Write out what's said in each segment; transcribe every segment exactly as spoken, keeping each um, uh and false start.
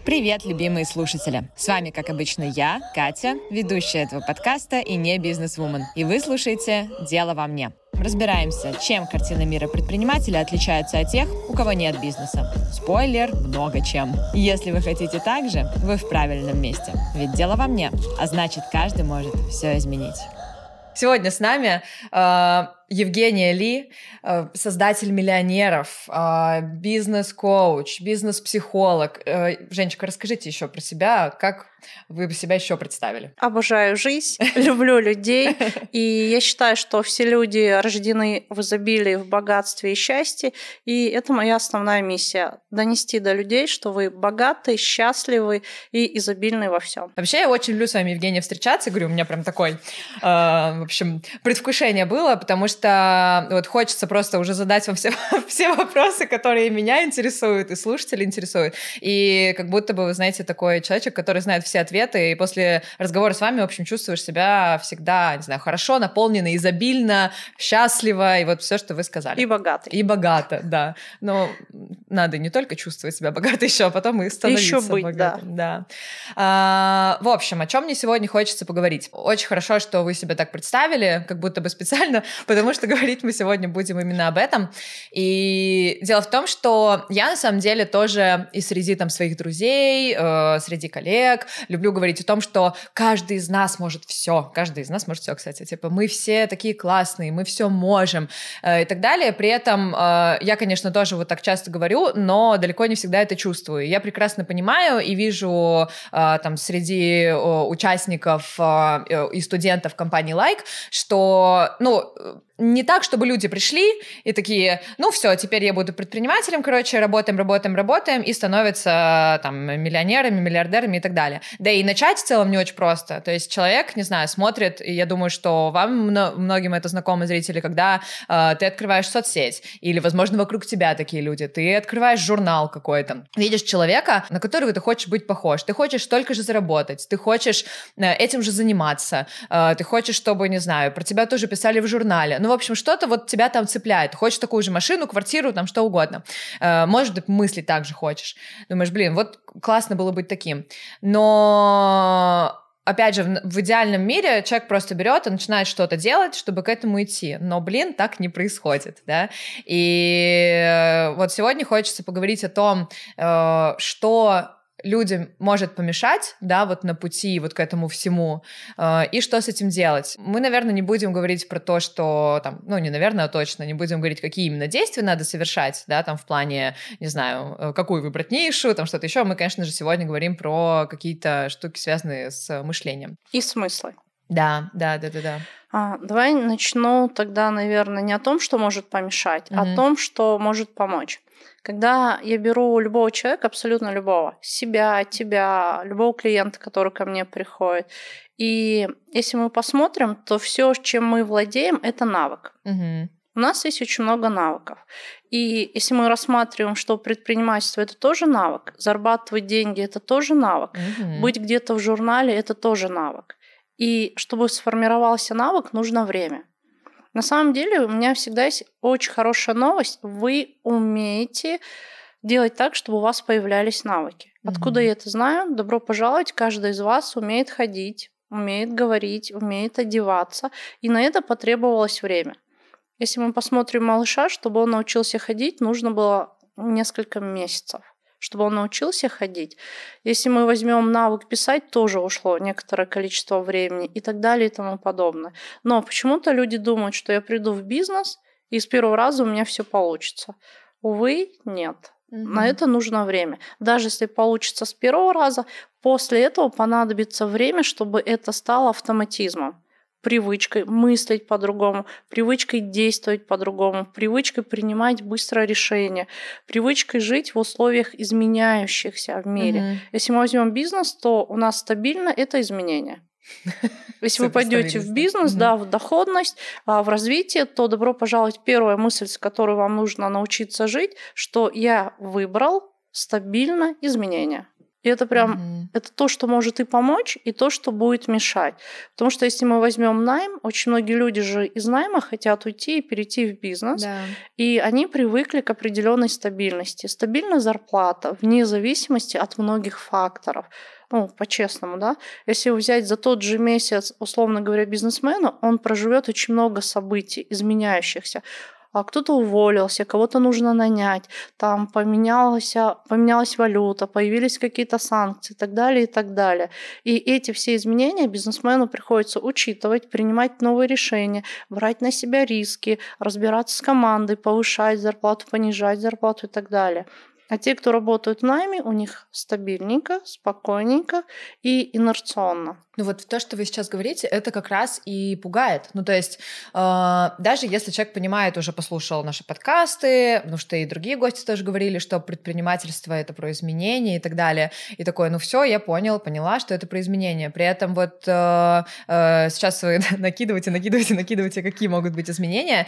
Привет, любимые слушатели! С вами, как обычно, я, Катя, ведущая этого подкаста и не бизнес-вумен. И вы слушаете «Дело во мне». Разбираемся, чем картина мира предпринимателя отличается от тех, у кого нет бизнеса. Спойлер, много чем. Если вы хотите так же, вы в правильном месте. Ведь дело во мне, а значит, каждый может все изменить. Сегодня с нами э, Евгения Ли, э, создатель «Миллионеров», э, бизнес-коуч, бизнес-психолог. Э, Женечка, расскажите еще про себя, как вы бы себя еще представили? Обожаю жизнь, люблю людей, и я считаю, что все люди рождены в изобилии, в богатстве и счастье, и это моя основная миссия – донести до людей, что вы богаты, счастливы и изобильны во всем. Вообще, я очень люблю с вами, Евгения, встречаться. Говорю, у меня прям такой, э, в общем, предвкушение было, потому что вот хочется просто уже задать вам все, все вопросы, которые меня интересуют и слушателей интересуют. И как будто бы, вы знаете, такой человечек, который знает все ответы, и после разговора с вами, в общем, чувствуешь себя всегда, не знаю, хорошо, наполненно, изобильно, счастливо, и вот все, что вы сказали. И богато. И богато, да. Но надо не только чувствовать себя богато еще, а потом и становиться еще быть, богатым. Да. Да. А, в общем, о чем мне сегодня хочется поговорить. Очень хорошо, что вы себя так представили, как будто бы специально, потому что говорить мы сегодня будем именно об этом. И дело в том, что я на самом деле тоже и среди там своих друзей, э, среди коллег люблю говорить о том, что каждый из нас может все. Каждый из нас может все, кстати. Типа мы все такие классные, мы все можем э, и так далее. При этом э, я, конечно, тоже вот так часто говорю, но далеко не всегда это чувствую. Я прекрасно понимаю и вижу э, там среди э, участников э, и студентов компании Like, что, ну, не так, чтобы люди пришли и такие, ну все, теперь я буду предпринимателем, короче, работаем, работаем, работаем, и становятся там миллионерами, миллиардерами и так далее. Да и начать в целом не очень просто. То есть человек, не знаю, смотрит, и я думаю, что вам многим это знакомо, зрители, когда э, ты открываешь соцсеть, или, возможно, вокруг тебя такие люди, ты открываешь журнал какой-то, видишь человека, на которого ты хочешь быть похож, ты хочешь столько же заработать, ты хочешь э, этим же заниматься, э, ты хочешь, чтобы, не знаю, про тебя тоже писали в журнале. Ну, в общем, что-то вот тебя там цепляет. Хочешь такую же машину, квартиру, там что угодно. Э, может быть, мысли так же хочешь. Думаешь, блин, вот классно было быть таким. Но, опять же, в, в идеальном мире человек просто берет и начинает что-то делать, чтобы к этому идти. Но, блин, так не происходит, да. И вот сегодня хочется поговорить о том, э, что людям может помешать, да, вот на пути вот к этому всему, э, и что с этим делать. Мы, наверное, не будем говорить про то, что, там, ну, не наверное, а точно, не будем говорить, какие именно действия надо совершать, да, там, в плане, не знаю, какую выбрать нишу, там, что-то еще. Мы, конечно же, сегодня говорим про какие-то штуки, связанные с мышлением. И смыслы. Да, да, да, да, да. А, давай начну тогда, наверное, не о том, что может помешать, mm-hmm. а о том, что может помочь. Когда я беру любого человека, абсолютно любого, себя, тебя, любого клиента, который ко мне приходит, и если мы посмотрим, то все, чем мы владеем, это навык. Угу. У нас есть очень много навыков. И если мы рассматриваем, что предпринимательство – это тоже навык, зарабатывать деньги – это тоже навык, угу. быть где-то в журнале – это тоже навык. И чтобы сформировался навык, нужно время. На самом деле у меня всегда есть очень хорошая новость. Вы умеете делать так, чтобы у вас появлялись навыки. Mm-hmm. Откуда я это знаю? Добро пожаловать. Каждый из вас умеет ходить, умеет говорить, умеет одеваться. И на это потребовалось время. Если мы посмотрим малыша, чтобы он научился ходить, нужно было несколько месяцев, чтобы он научился ходить. Если мы возьмем навык писать, тоже ушло некоторое количество времени и так далее и тому подобное. Но почему-то люди думают, что я приду в бизнес, и с первого раза у меня все получится. Увы, нет. Mm-hmm. На это нужно время. Даже если получится с первого раза, после этого понадобится время, чтобы это стало автоматизмом. Привычкой мыслить по-другому, привычкой действовать по-другому, привычкой принимать быстро решения, привычкой жить в условиях изменяющихся в мире. Mm-hmm. Если мы возьмем бизнес, то у нас стабильно это изменение. Если вы пойдете в бизнес, да, в доходность, в развитие, то добро пожаловать. Первая мысль, с которой вам нужно научиться жить, что я выбрал стабильно изменения. И это прям, Мгм. это то, что может и помочь, и то, что будет мешать. Потому что если мы возьмем найм, очень многие люди же из найма хотят уйти и перейти в бизнес, Да. и они привыкли к определенной стабильности. Стабильная зарплата вне зависимости от многих факторов. Ну, по-честному, да. Если взять за тот же месяц, условно говоря, бизнесмена, он проживет очень много событий, изменяющихся. А кто-то уволился, кого-то нужно нанять, там поменялась, поменялась валюта, появились какие-то санкции и так далее, и так далее. И эти все изменения бизнесмену приходится учитывать, принимать новые решения, брать на себя риски, разбираться с командой, повышать зарплату, понижать зарплату и так далее. А те, кто работают в найме, у них стабильненько, спокойненько и инерционно. Ну вот то, что вы сейчас говорите, это как раз и пугает. Ну то есть э, даже если человек понимает, уже послушал наши подкасты, потому что и другие гости тоже говорили, что предпринимательство — это про изменения и так далее, и такое, ну все, я понял, поняла, что это про изменения. При этом вот э, э, сейчас вы накидываете, накидываете, накидываете, какие могут быть изменения,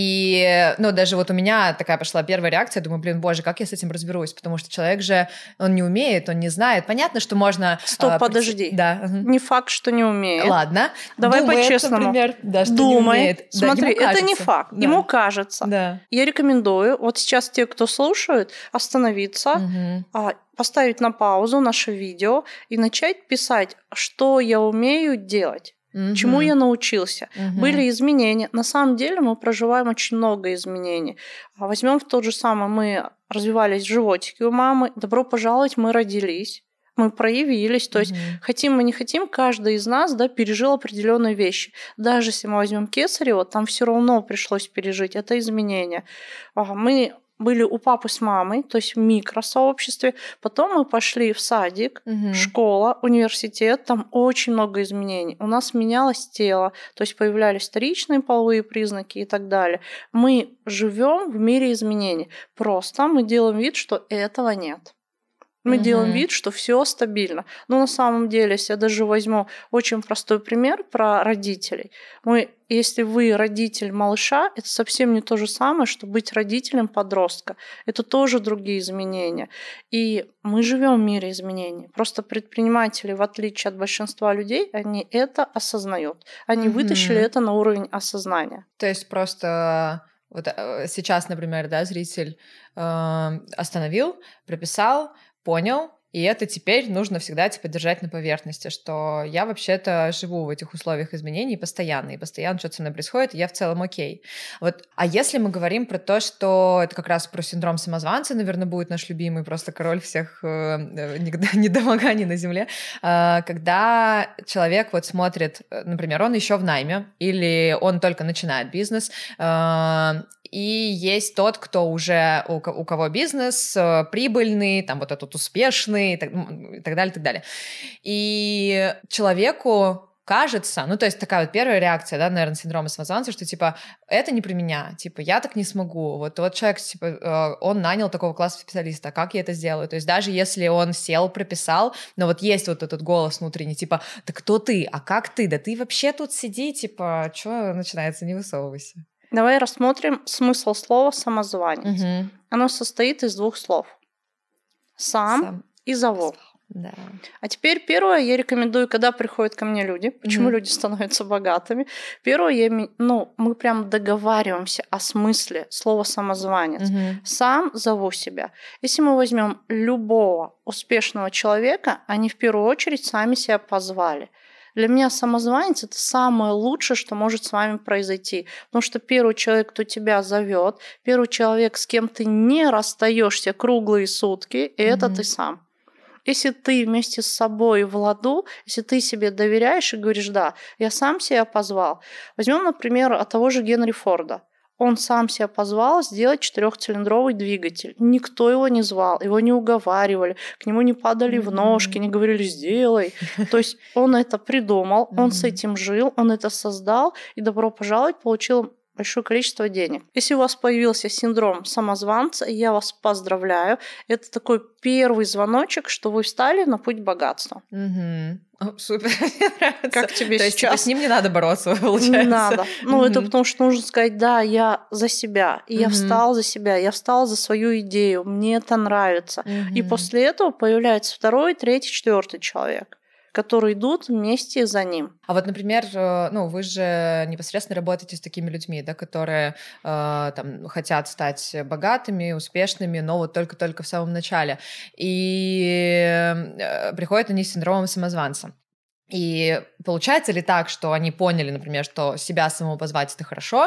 и ну даже вот у меня такая пошла первая реакция, думаю, блин, боже, как я с этим разберусь, потому что человек же, он не умеет, он не знает. Понятно, что можно... Стоп, э, подожди. Да. Не факт, что не умеет. Ладно. Давай Думает, по-честному. Например, да, что Думай. не умеет. Смотри, да, это не факт. Да. Ему кажется. Да. Я рекомендую, вот сейчас те, кто слушают, остановиться, угу. поставить на паузу наше видео и начать писать, что я умею делать. Угу. Чему я научился? Угу. Были изменения. На самом деле мы проживаем очень много изменений. Возьмем в тот же самый, мы развивались в животике у мамы. Добро пожаловать, мы родились. Мы проявились, то mm-hmm. есть хотим мы не хотим, каждый из нас, да, пережил определенные вещи. Даже если мы возьмем кесарево, там все равно пришлось пережить это изменение. Мы были у папы с мамой, то есть в микросообществе, потом мы пошли в садик, mm-hmm. школа, университет, там очень много изменений. У нас менялось тело, то есть появлялись вторичные половые признаки и так далее. Мы живем в мире изменений, просто мы делаем вид, что этого нет. Мы угу. делаем вид, что все стабильно. Но на самом деле, если я даже возьму очень простой пример про родителей. Мы, если вы родитель малыша, это совсем не то же самое, что быть родителем подростка. Это тоже другие изменения. И мы живем в мире изменений. Просто предприниматели, в отличие от большинства людей, они это осознают. Они угу. вытащили это на уровень осознания. То есть просто... Вот сейчас, например, да, зритель э, остановил, прописал, понял, и это теперь нужно всегда типа держать на поверхности, что я вообще-то живу в этих условиях изменений постоянно, и постоянно что-то со мной происходит, и я в целом окей. Вот. А если мы говорим про то, что это как раз про синдром самозванца, наверное, будет наш любимый просто король всех э, недомоганий на земле, э, когда человек вот смотрит, например, он еще в найме, или он только начинает бизнес, э, и есть тот, кто уже, у, у кого бизнес э, прибыльный, там вот этот успешный, и так, и так далее, и так далее. И человеку кажется, ну, то есть такая вот первая реакция, да, наверное, синдрома самозванца, что, типа, это не про меня, типа, я так не смогу. Вот тот человек, типа, э, он нанял такого класса специалиста, как я это сделаю? То есть даже если он сел, прописал, но вот есть вот этот голос внутренний, типа, да кто ты? А как ты? Да ты вообще тут сиди, типа, что начинается? Не высовывайся. Давай рассмотрим смысл слова «самозванец». Угу. Оно состоит из двух слов. «Сам», Сам. и «зову». Да. А теперь первое, я рекомендую, когда приходят ко мне люди, почему mm-hmm. люди становятся богатыми. Первое, я, ну, мы прям договариваемся о смысле слова «самозванец». Mm-hmm. Сам зову себя. Если мы возьмем любого успешного человека, они в первую очередь сами себя позвали. Для меня самозванец — это самое лучшее, что может с вами произойти. Потому что первый человек, кто тебя зовет, первый человек, с кем ты не расстаешься круглые сутки, и mm-hmm. это ты сам. Если ты вместе с собой в ладу, если ты себе доверяешь и говоришь, да, я сам себя позвал. Возьмем, например, от того же Генри Форда. Он сам себя позвал сделать четырехцилиндровый двигатель. Никто его не звал, его не уговаривали, к нему не падали в ножки, не говорили «сделай». То есть он это придумал, он с этим жил, он это создал, и добро пожаловать, получил большое количество денег. Если у вас появился синдром самозванца, я вас поздравляю. Это такой первый звоночек, что вы встали на путь богатства. Угу. О, супер, мне нравится. Как тебе То сейчас? есть типа, с ним не надо бороться, получается? Не надо. Ну, угу. это потому что нужно сказать, да, я за себя, и угу. я встал за себя, я встал за свою идею, мне это нравится. Угу. И после этого появляется второй, третий, четвертый человек, которые идут вместе за ним. А вот, например, ну, вы же непосредственно работаете с такими людьми, да, которые э, там, хотят стать богатыми, успешными, но вот только-только в самом начале. И э, приходят они с синдромом самозванца. И получается ли так, что они поняли, например, что себя самому позвать это хорошо,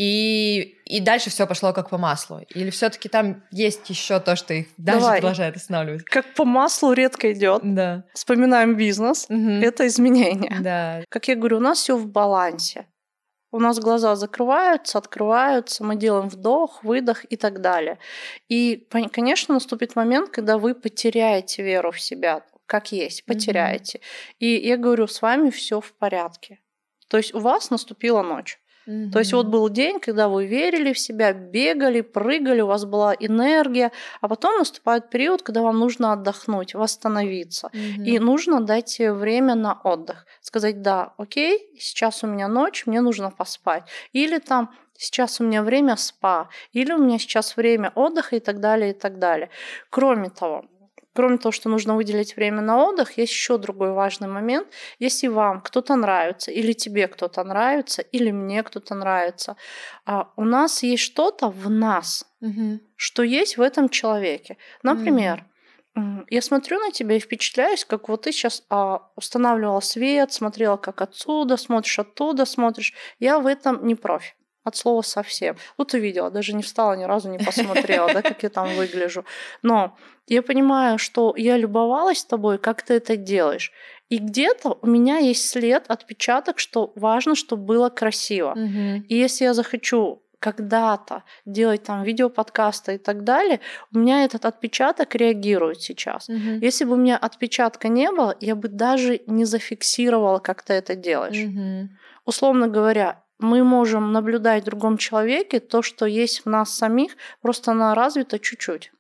и, и дальше все пошло как по маслу? Или все-таки там есть еще то, что их дальше Давай. продолжает останавливать? Как по маслу редко идет. Да. Вспоминаем бизнес. Угу. Это изменение. Да. Как я говорю, у нас все в балансе. У нас глаза закрываются, открываются, мы делаем вдох, выдох и так далее. И, конечно, наступит момент, когда вы потеряете веру в себя. Как есть, потеряете. Mm-hmm. И я говорю, с вами все в порядке. То есть у вас наступила ночь. Mm-hmm. То есть вот был день, когда вы верили в себя, бегали, прыгали, у вас была энергия, а потом наступает период, когда вам нужно отдохнуть, восстановиться. Mm-hmm. И нужно дать себе время на отдых. Сказать, да, окей, сейчас у меня ночь, мне нужно поспать. Или там сейчас у меня время спа, или у меня сейчас время отдыха и так далее, и так далее. Кроме того, Кроме того, что нужно выделить время на отдых, есть еще другой важный момент. Если вам кто-то нравится, или тебе кто-то нравится, или мне кто-то нравится, у нас есть что-то в нас, угу. что есть в этом человеке. Например, угу. я смотрю на тебя и впечатляюсь, как вот ты сейчас устанавливала свет, смотрела, как отсюда, смотришь оттуда, смотришь. Я в этом не профи. От слова совсем. Вот ты видела, даже не встала, ни разу не посмотрела, да, как я там выгляжу. Но я понимаю, что я любовалась тобой, как ты это делаешь. И где-то у меня есть след, отпечаток, что важно, чтобы было красиво. Угу. И если я захочу когда-то делать там видеоподкасты и так далее, у меня этот отпечаток реагирует сейчас. Угу. Если бы у меня отпечатка не было, я бы даже не зафиксировала, как ты это делаешь. Угу. Условно говоря, мы можем наблюдать в другом человеке то, что есть в нас самих, просто она развита чуть-чуть.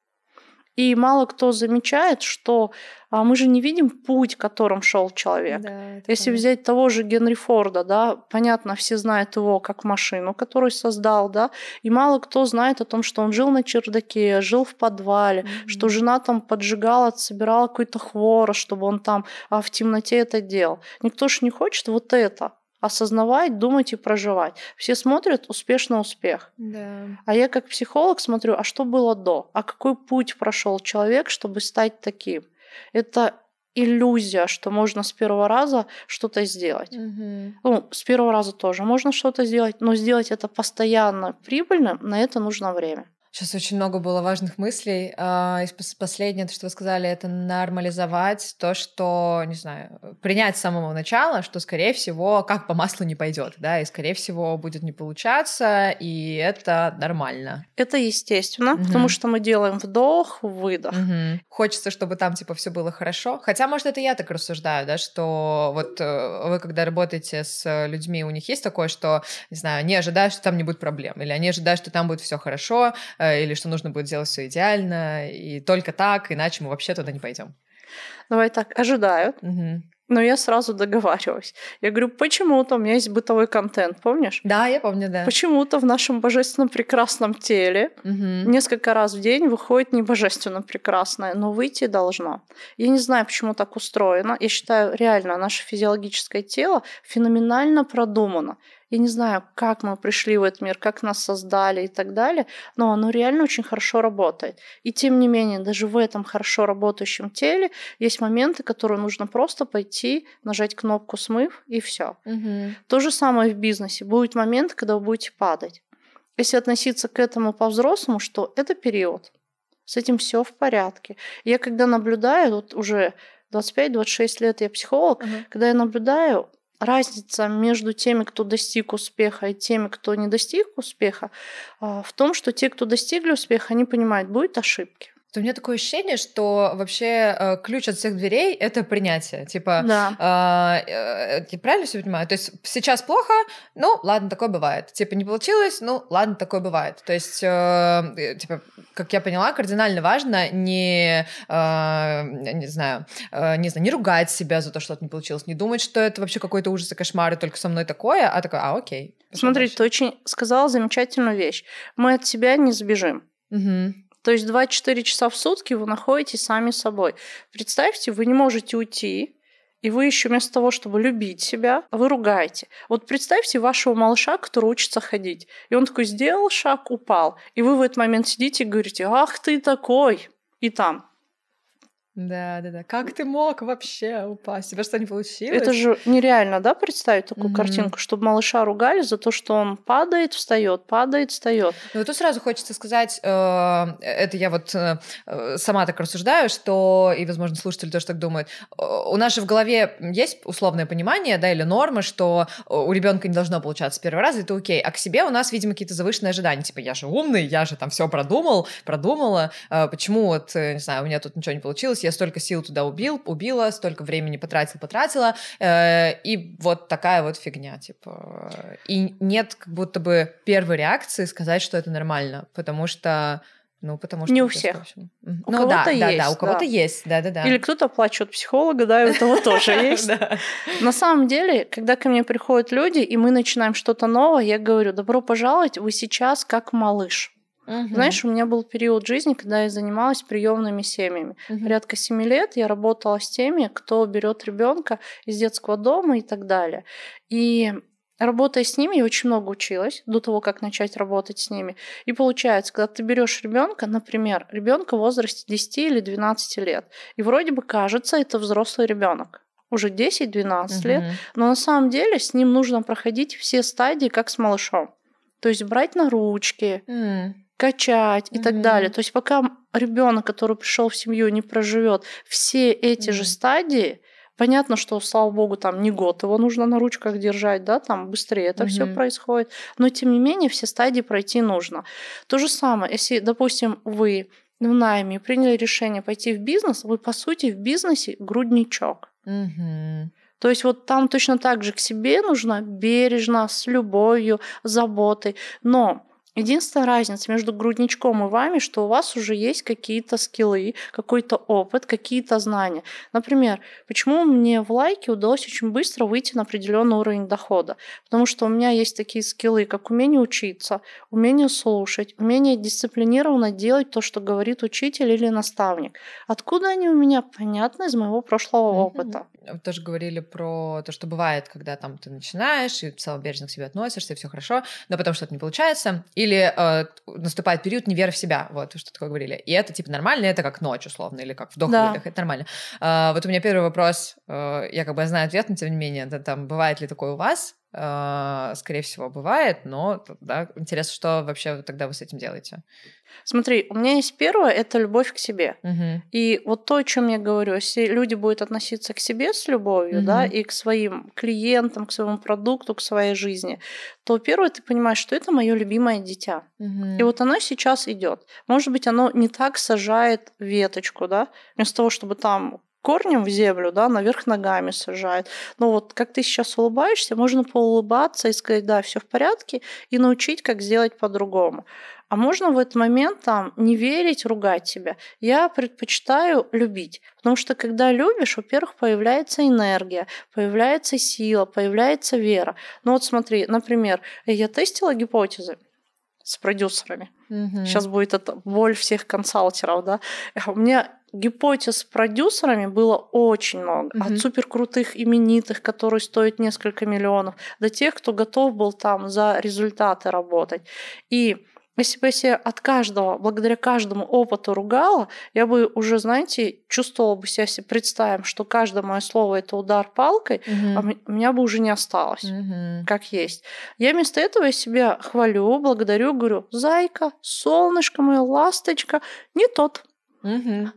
И мало кто замечает, что а, мы же не видим путь, которым шел человек. Да, Если правда. взять того же Генри Форда, да, понятно, все знают его как машину, которую создал, да, и мало кто знает о том, что он жил на чердаке, жил в подвале, mm-hmm. что жена там поджигала, собирала какой-то хворост, чтобы он там а, в темноте это делал. Никто же не хочет вот это осознавать, думать и проживать. Все смотрят успешный успех. Да. А я как психолог смотрю, а что было до? А какой путь прошел человек, чтобы стать таким? Это иллюзия, что можно с первого раза что-то сделать. Угу. Ну, с первого раза тоже можно что-то сделать, но сделать это постоянно прибыльно, на это нужно время. Сейчас очень много было важных мыслей. И последнее, то, что вы сказали, это нормализовать то, что, не знаю, принять с самого начала, что, скорее всего, как по маслу не пойдет, да, и, скорее всего, будет не получаться, и это нормально. Это естественно, угу. потому что мы делаем вдох, выдох. Угу. Хочется, чтобы там, типа, все было хорошо. Хотя, может, это я так рассуждаю, да, что вот вы, когда работаете с людьми, у них есть такое, что, не знаю, они ожидают, что там не будет проблем, или они ожидают, что там будет все хорошо, или что нужно будет делать все идеально, и только так, иначе мы вообще туда не пойдем. Давай так, ожидают, угу. но я сразу договариваюсь. Я говорю, почему-то у меня есть бытовой контент, помнишь? Да, я помню, да. Почему-то в нашем божественном прекрасном теле угу. несколько раз в день выходит не божественно прекрасное, но выйти должно. Я не знаю, почему так устроено. Я считаю, реально, наше физиологическое тело феноменально продумано. Я не знаю, как мы пришли в этот мир, как нас создали и так далее, но оно реально очень хорошо работает. И тем не менее, даже в этом хорошо работающем теле есть моменты, которые нужно просто пойти, нажать кнопку «Смыв» и все. Угу. То же самое в бизнесе. Будет момент, когда вы будете падать. Если относиться к этому по-взрослому, что это период, с этим все в порядке. Я когда наблюдаю, вот уже двадцать пять - двадцать шесть лет я психолог, угу. когда я наблюдаю, разница между теми, кто достиг успеха, и теми, кто не достиг успеха, в том, что те, кто достигли успеха, они понимают, будут ошибки. То у меня такое ощущение, что вообще э, ключ от всех дверей — это принятие. Типа, да. э, э, я правильно все понимаю? То есть сейчас плохо, ну, ладно, такое бывает. Типа, не получилось, ну, ладно, такое бывает. То есть, э, типа, как я поняла, кардинально важно не, э, не знаю, э, не знаю, не ругать себя за то, что это не получилось, не думать, что это вообще какой-то ужас и кошмар, и только со мной такое, а такое, а, окей. Смотри, ты очень сказала замечательную вещь. Мы от себя не сбежим. Угу. То есть двадцать четыре часа в сутки вы находитесь сами собой. Представьте, вы не можете уйти, и вы еще вместо того, чтобы любить себя, вы ругаете. Вот представьте вашего малыша, который учится ходить. И он такой сделал шаг, упал. И вы в этот момент сидите и говорите: ах ты такой! И там. Да, да, да. Как ты мог вообще упасть? У тебя что, не получилось? Это же нереально, да, представить такую Мгм. картинку, чтобы малыша ругали за то, что он падает, встает, падает, встает. Ну, тут сразу хочется сказать, э, это я вот э, сама так рассуждаю, что, и, возможно, слушатели тоже так думают, э, у нас же в голове есть условное понимание, да, или нормы, что у ребенка не должно получаться с первого раза, это окей, а к себе у нас, видимо, какие-то завышенные ожидания, типа, я же умный, я же там все продумал, продумала, э, почему вот, э, не знаю, у меня тут ничего не получилось, я столько сил туда убил, убила, столько времени потратил, потратила, э, и вот такая вот фигня, типа. И нет как будто бы первой реакции сказать, что это нормально, потому что, ну, потому что... Не у просто, всех. в общем, мгм. У ну, кого-то да, да, есть, да, у кого-то да. есть, да-да-да. Или кто-то плачет от психолога, да, и у того тоже есть. Да. На самом деле, когда ко мне приходят люди, и мы начинаем что-то новое, я говорю: добро пожаловать, вы сейчас как малыш. Мгм. Знаешь, у меня был период жизни, когда я занималась приемными семьями. Мгм. Порядка семи лет я работала с теми, кто берет ребенка из детского дома и так далее. И работая с ними, я очень много училась до того, как начать работать с ними. И получается, когда ты берешь ребенка, например, ребенка в возрасте десяти или двенадцати лет, и вроде бы кажется, это взрослый ребенок, уже десять-двенадцать лет, Мгм. но на самом деле с ним нужно проходить все стадии, как с малышом. То есть брать на ручки, М. качать и так Мгм. далее. То есть пока ребенок, который пришел в семью, не проживет все эти же Мгм. стадии, понятно, что, слава богу, там не год его нужно на ручках держать, да, там быстрее это все Мгм. происходит, но тем не менее все стадии пройти нужно. То же самое, если, допустим, вы в найме приняли решение пойти в бизнес, вы, по сути, в бизнесе грудничок. Мгм. То есть вот там точно так же к себе нужно бережно, с любовью, заботой. Но единственная разница между грудничком и вами, что у вас уже есть какие-то скиллы, какой-то опыт, какие-то знания. Например, почему мне в лайке удалось очень быстро выйти на определенный уровень дохода? Потому что у меня есть такие скиллы, как умение учиться, умение слушать, умение дисциплинированно делать то, что говорит учитель или наставник. Откуда они у меня? Понятно, из моего прошлого Мгм. опыта. Вы тоже говорили про то, что бывает, когда там ты начинаешь и в целом бережно к себе относишься, и все хорошо, но потом что-то не получается, или э, наступает период неверы в себя, вот, что такое говорили. И это типа нормально, это как ночь условно, или как вдох-выдох, Да. это нормально. А, вот у меня первый вопрос, э, я как бы знаю ответ, но тем не менее, это, там, бывает ли такое у вас? Э, скорее всего, бывает, но да, интересно, что вообще тогда вы с этим делаете? Смотри, у меня есть первое — это любовь к себе. Мгм. И вот то, о чем я говорю, если люди будут относиться к себе с любовью, да, Мгм. и к своим клиентам, к своему продукту, к своей жизни, то первое, ты понимаешь, что это мое любимое дитя. Мгм. И вот оно сейчас идет. Может быть, оно не так сажает веточку, да, вместо того, чтобы там корнем в землю, да, наверх ногами сажает. Но вот как ты сейчас улыбаешься, можно поулыбаться и сказать: да, все в порядке, и научить, как сделать по-другому. А можно в этот момент там не верить, ругать себя. Я предпочитаю любить. Потому что когда любишь, во-первых, появляется энергия, появляется сила, появляется вера. Ну вот смотри, например, я тестила гипотезы с продюсерами. Мгм. Сейчас будет это боль всех консалтеров, да. У меня гипотез с продюсерами было очень много. Мгм. От суперкрутых именитых, которые стоят несколько миллионов, до тех, кто готов был там за результаты работать. И если бы я себя от каждого, благодаря каждому опыту ругала, я бы уже, знаете, чувствовала бы себя, если представим, что каждое мое слово — это удар палкой, а Мгм. м- меня бы уже не осталось, Мгм. как есть. Я вместо этого я себя хвалю, благодарю, говорю: зайка, солнышко мое, ласточка, не тот. Мгм.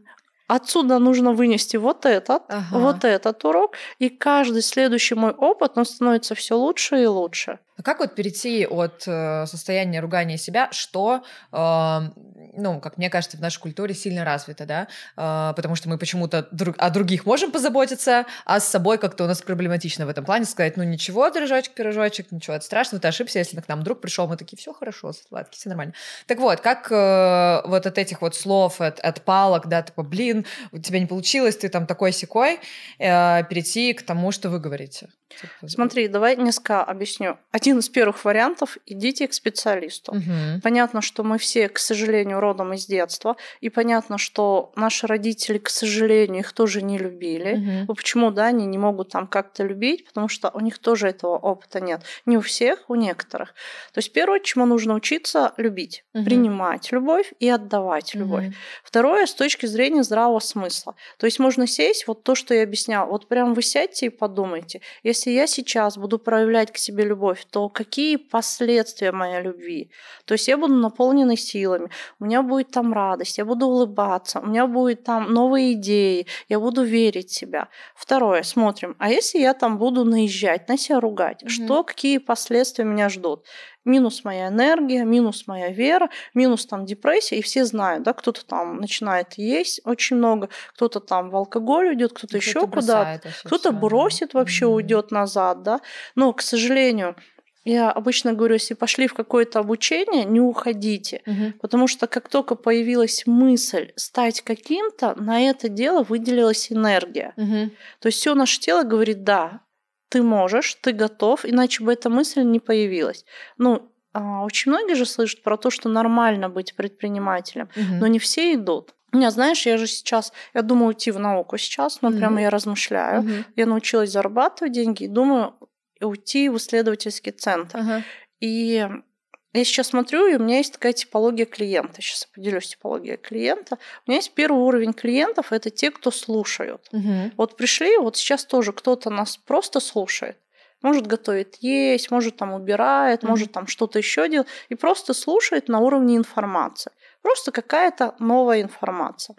отсюда нужно вынести вот этот, ага. вот этот урок, и каждый следующий мой опыт, он становится все лучше и лучше. А как вот перейти от э, состояния ругания себя, что, э, ну, как мне кажется, в нашей культуре сильно развито, да, э, потому что мы почему-то друг, о других можем позаботиться, а с собой как-то у нас проблематично в этом плане сказать, ну, ничего, дружочек, пирожочек, ничего, это страшно, ты ошибся, если к нам друг пришел, мы такие, все хорошо, сладкий, все нормально. Так вот, как э, вот от этих вот слов, от, от палок, да, типа, блин, у тебя не получилось, ты там такой-сякой, э, перейти к тому, что вы говорите? Смотри, давай несколько объясню. Один из первых вариантов – идите к специалисту. Угу. Понятно, что мы все, к сожалению, родом из детства, и понятно, что наши родители, к сожалению, их тоже не любили. Угу. Ну, почему, да, они не могут там как-то любить? Потому что у них тоже этого опыта нет. Не у всех, у некоторых. То есть первое, чему нужно учиться – любить, угу. принимать любовь и отдавать любовь. Угу. Второе, с точки зрения здравого смысла. То есть можно сесть, вот то, что я объясняла, вот прям вы сядьте и подумайте, если я сейчас буду проявлять к себе любовь, то какие последствия моей любви? То есть я буду наполнена силами, у меня будет там радость, я буду улыбаться, у меня будут там новые идеи, я буду верить в себя. Второе, смотрим, а если я там буду наезжать, на себя ругать, mm-hmm. что, какие последствия меня ждут? Минус моя энергия, минус моя вера, минус там депрессия, и все знают, да, кто-то там начинает есть очень много, кто-то там в алкоголь уйдет, кто-то, кто-то еще куда-то, кто-то бросит да. вообще, mm-hmm. уйдет назад, да. Но, к сожалению, я обычно говорю, если пошли в какое-то обучение, не уходите, угу. потому что как только появилась мысль стать каким-то, на это дело выделилась энергия. Угу. То есть все наше тело говорит, да, ты можешь, ты готов, иначе бы эта мысль не появилась. Ну, очень многие же слышат про то, что нормально быть предпринимателем, угу. но не все идут. У меня, знаешь, я же сейчас, я думаю уйти в науку сейчас, но угу. прямо я размышляю. Угу. Я научилась зарабатывать деньги и думаю уйти в исследовательский центр. Uh-huh. И я сейчас смотрю, и у меня есть такая типология клиента. Сейчас я поделюсь типологией клиента. У меня есть первый уровень клиентов – это те, кто слушают. Uh-huh. Вот пришли, вот сейчас тоже кто-то нас просто слушает. Может, готовит есть, может, там убирает, uh-huh. может, там что-то еще делает. И просто слушает на уровне информации. Просто какая-то новая информация.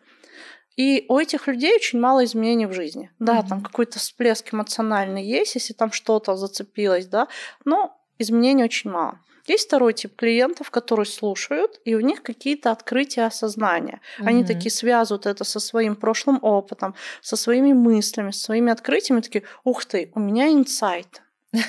И у этих людей очень мало изменений в жизни. Да, mm-hmm. там какой-то всплеск эмоциональный есть, если там что-то зацепилось, да, но изменений очень мало. Есть второй тип клиентов, которые слушают, и у них какие-то открытия осознания. Mm-hmm. Они такие связывают это со своим прошлым опытом, со своими мыслями, со своими открытиями, такие, ух ты, у меня инсайт.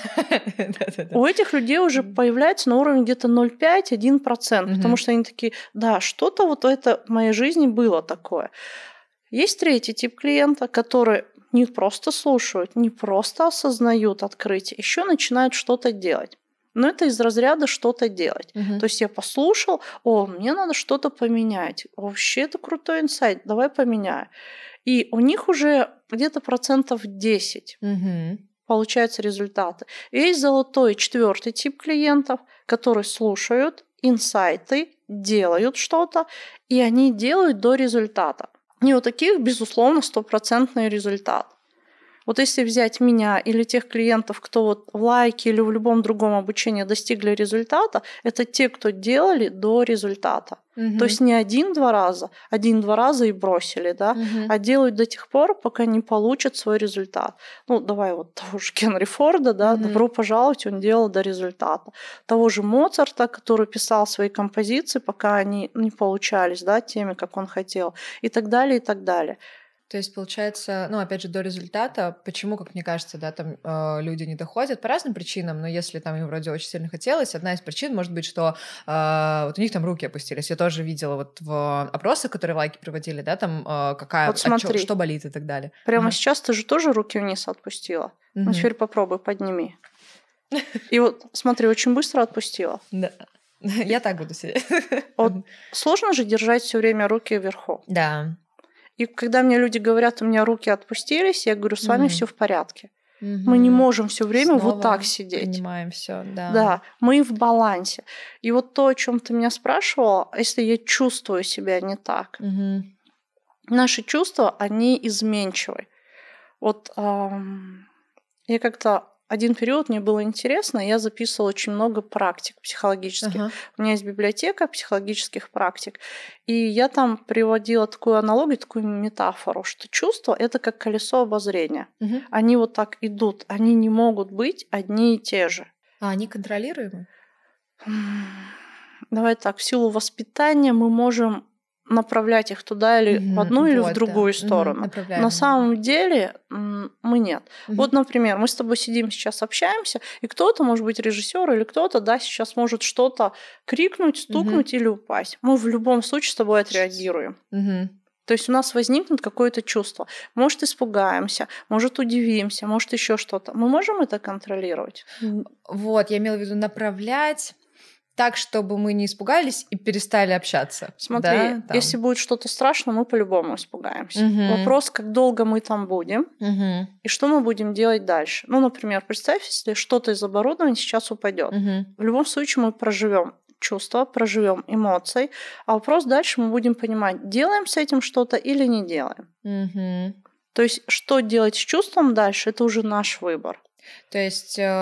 У этих людей уже появляется на уровне где-то ноль целых пять десятых - один процент, mm-hmm. потому что они такие, да, что-то вот это в моей жизни было такое. Есть третий тип клиента, которые не просто слушают, не просто осознают открытие, еще начинают что-то делать. Но это из разряда что-то делать. Uh-huh. То есть я послушал, о, мне надо что-то поменять. Вообще это крутой инсайт, давай поменяю. И у них уже где-то процентов десять uh-huh. получаются результаты. И есть золотой четвертый тип клиентов, которые слушают инсайты, делают что-то, и они делают до результата. И у таких, безусловно, стопроцентный результат. Вот если взять меня или тех клиентов, кто вот в лайке или в любом другом обучении достигли результата, это те, кто делали до результата. Угу. То есть не один-два раза, один-два раза и бросили, да, угу. а делают до тех пор, пока не получат свой результат. Ну, давай вот того же Генри Форда, да, угу. добро пожаловать, он делал до результата. Того же Моцарта, который писал свои композиции, пока они не получались, да, теми, как он хотел, и так далее, и так далее. То есть, получается, ну, опять же, до результата, почему, как мне кажется, да, там э, люди не доходят по разным причинам, но если там им вроде очень сильно хотелось, одна из причин может быть, что э, вот у них там руки опустились. Я тоже видела вот в опросах, которые лайки проводили, да, там э, какая, вот смотри, чё, что болит и так далее. Прямо ага. сейчас ты же тоже руки вниз отпустила. Угу. Ну, теперь попробуй, подними. И вот, смотри, очень быстро отпустила. Да. Я так буду сидеть. Вот сложно же держать все время руки вверху. Да. И когда мне люди говорят, у меня руки отпустились, я говорю, с вами mm-hmm. все в порядке. Mm-hmm. Мы не можем все время Снова вот так сидеть. Принимаем все, да. Да, мы в балансе. И вот то, о чем ты меня спрашивала, если я чувствую себя не так, mm-hmm. наши чувства, они изменчивы. Вот эм, я как-то один период мне было интересно, я записывала очень много практик психологических. Uh-huh. У меня есть библиотека психологических практик, и я там приводила такую аналогию, такую метафору, что чувства — это как колесо обозрения. Uh-huh. Они вот так идут, они не могут быть одни и те же. А они контролируемы? Давай так, в силу воспитания мы можем направлять их туда или угу, в одну, или вот, в другую да. сторону. Угу, На самом деле мы нет. Угу. Вот, например, мы с тобой сидим сейчас, общаемся, и кто-то, может быть, режиссер или кто-то, да, сейчас может что-то крикнуть, стукнуть угу. или упасть. Мы в любом случае с тобой отреагируем. Угу. То есть у нас возникнет какое-то чувство. Может, испугаемся, может, удивимся, может, еще что-то. Мы можем это контролировать? Вот, я имела в виду направлять так, чтобы мы не испугались и перестали общаться. Смотри, да, если будет что-то страшное, мы по-любому испугаемся. Угу. Вопрос, как долго мы там будем угу. и что мы будем делать дальше. Ну, например, представь, если что-то из оборудования сейчас упадет. Угу. В любом случае мы проживем чувства, проживем эмоции, а вопрос дальше мы будем понимать, делаем с этим что-то или не делаем. Угу. То есть, что делать с чувством дальше, это уже наш выбор. То есть, э,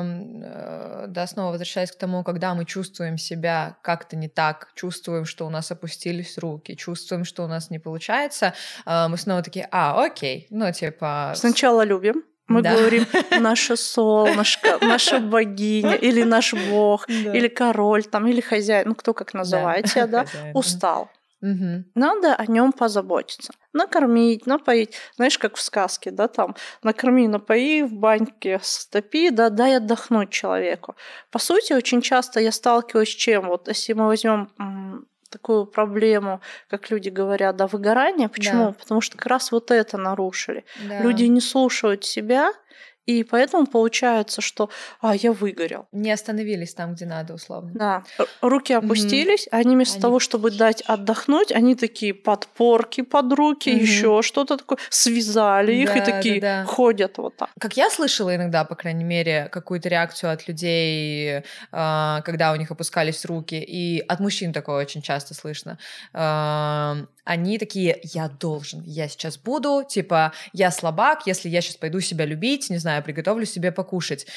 э, да, снова возвращаясь к тому, когда мы чувствуем себя как-то не так, чувствуем, что у нас опустились руки, чувствуем, что у нас не получается, э, мы снова такие, а, окей, ну, типа... Сначала любим. Мы да. говорим, наше солнышко, наша богиня, или наш бог, да. или король, там, или хозяин, ну, кто как называет да. себя, да, устал. Угу. Надо о нем позаботиться. Накормить, напоить. Знаешь, как в сказке, да, там, накорми, напои, в баньке стопи, да, дай отдохнуть человеку. По сути, очень часто я сталкиваюсь с чем? Вот если мы возьмем м, такую проблему, как люди говорят, да, выгорание. Почему? Да. Потому что как раз вот это нарушили. Да. Люди не слушают себя, и поэтому получается, что а, я выгорел. Не остановились там, где надо, условно. Да. Руки опустились, mm-hmm. они вместо они... того, чтобы дать отдохнуть, они такие подпорки под руки, mm-hmm. еще что-то такое, связали их да, и такие да, да. ходят вот так. Как я слышала иногда, по крайней мере, какую-то реакцию от людей, когда у них опускались руки, и от мужчин такое очень часто слышно. Они такие, я должен, я сейчас буду, типа, я слабак, если я сейчас пойду себя любить, не знаю, приготовлю себе покушать.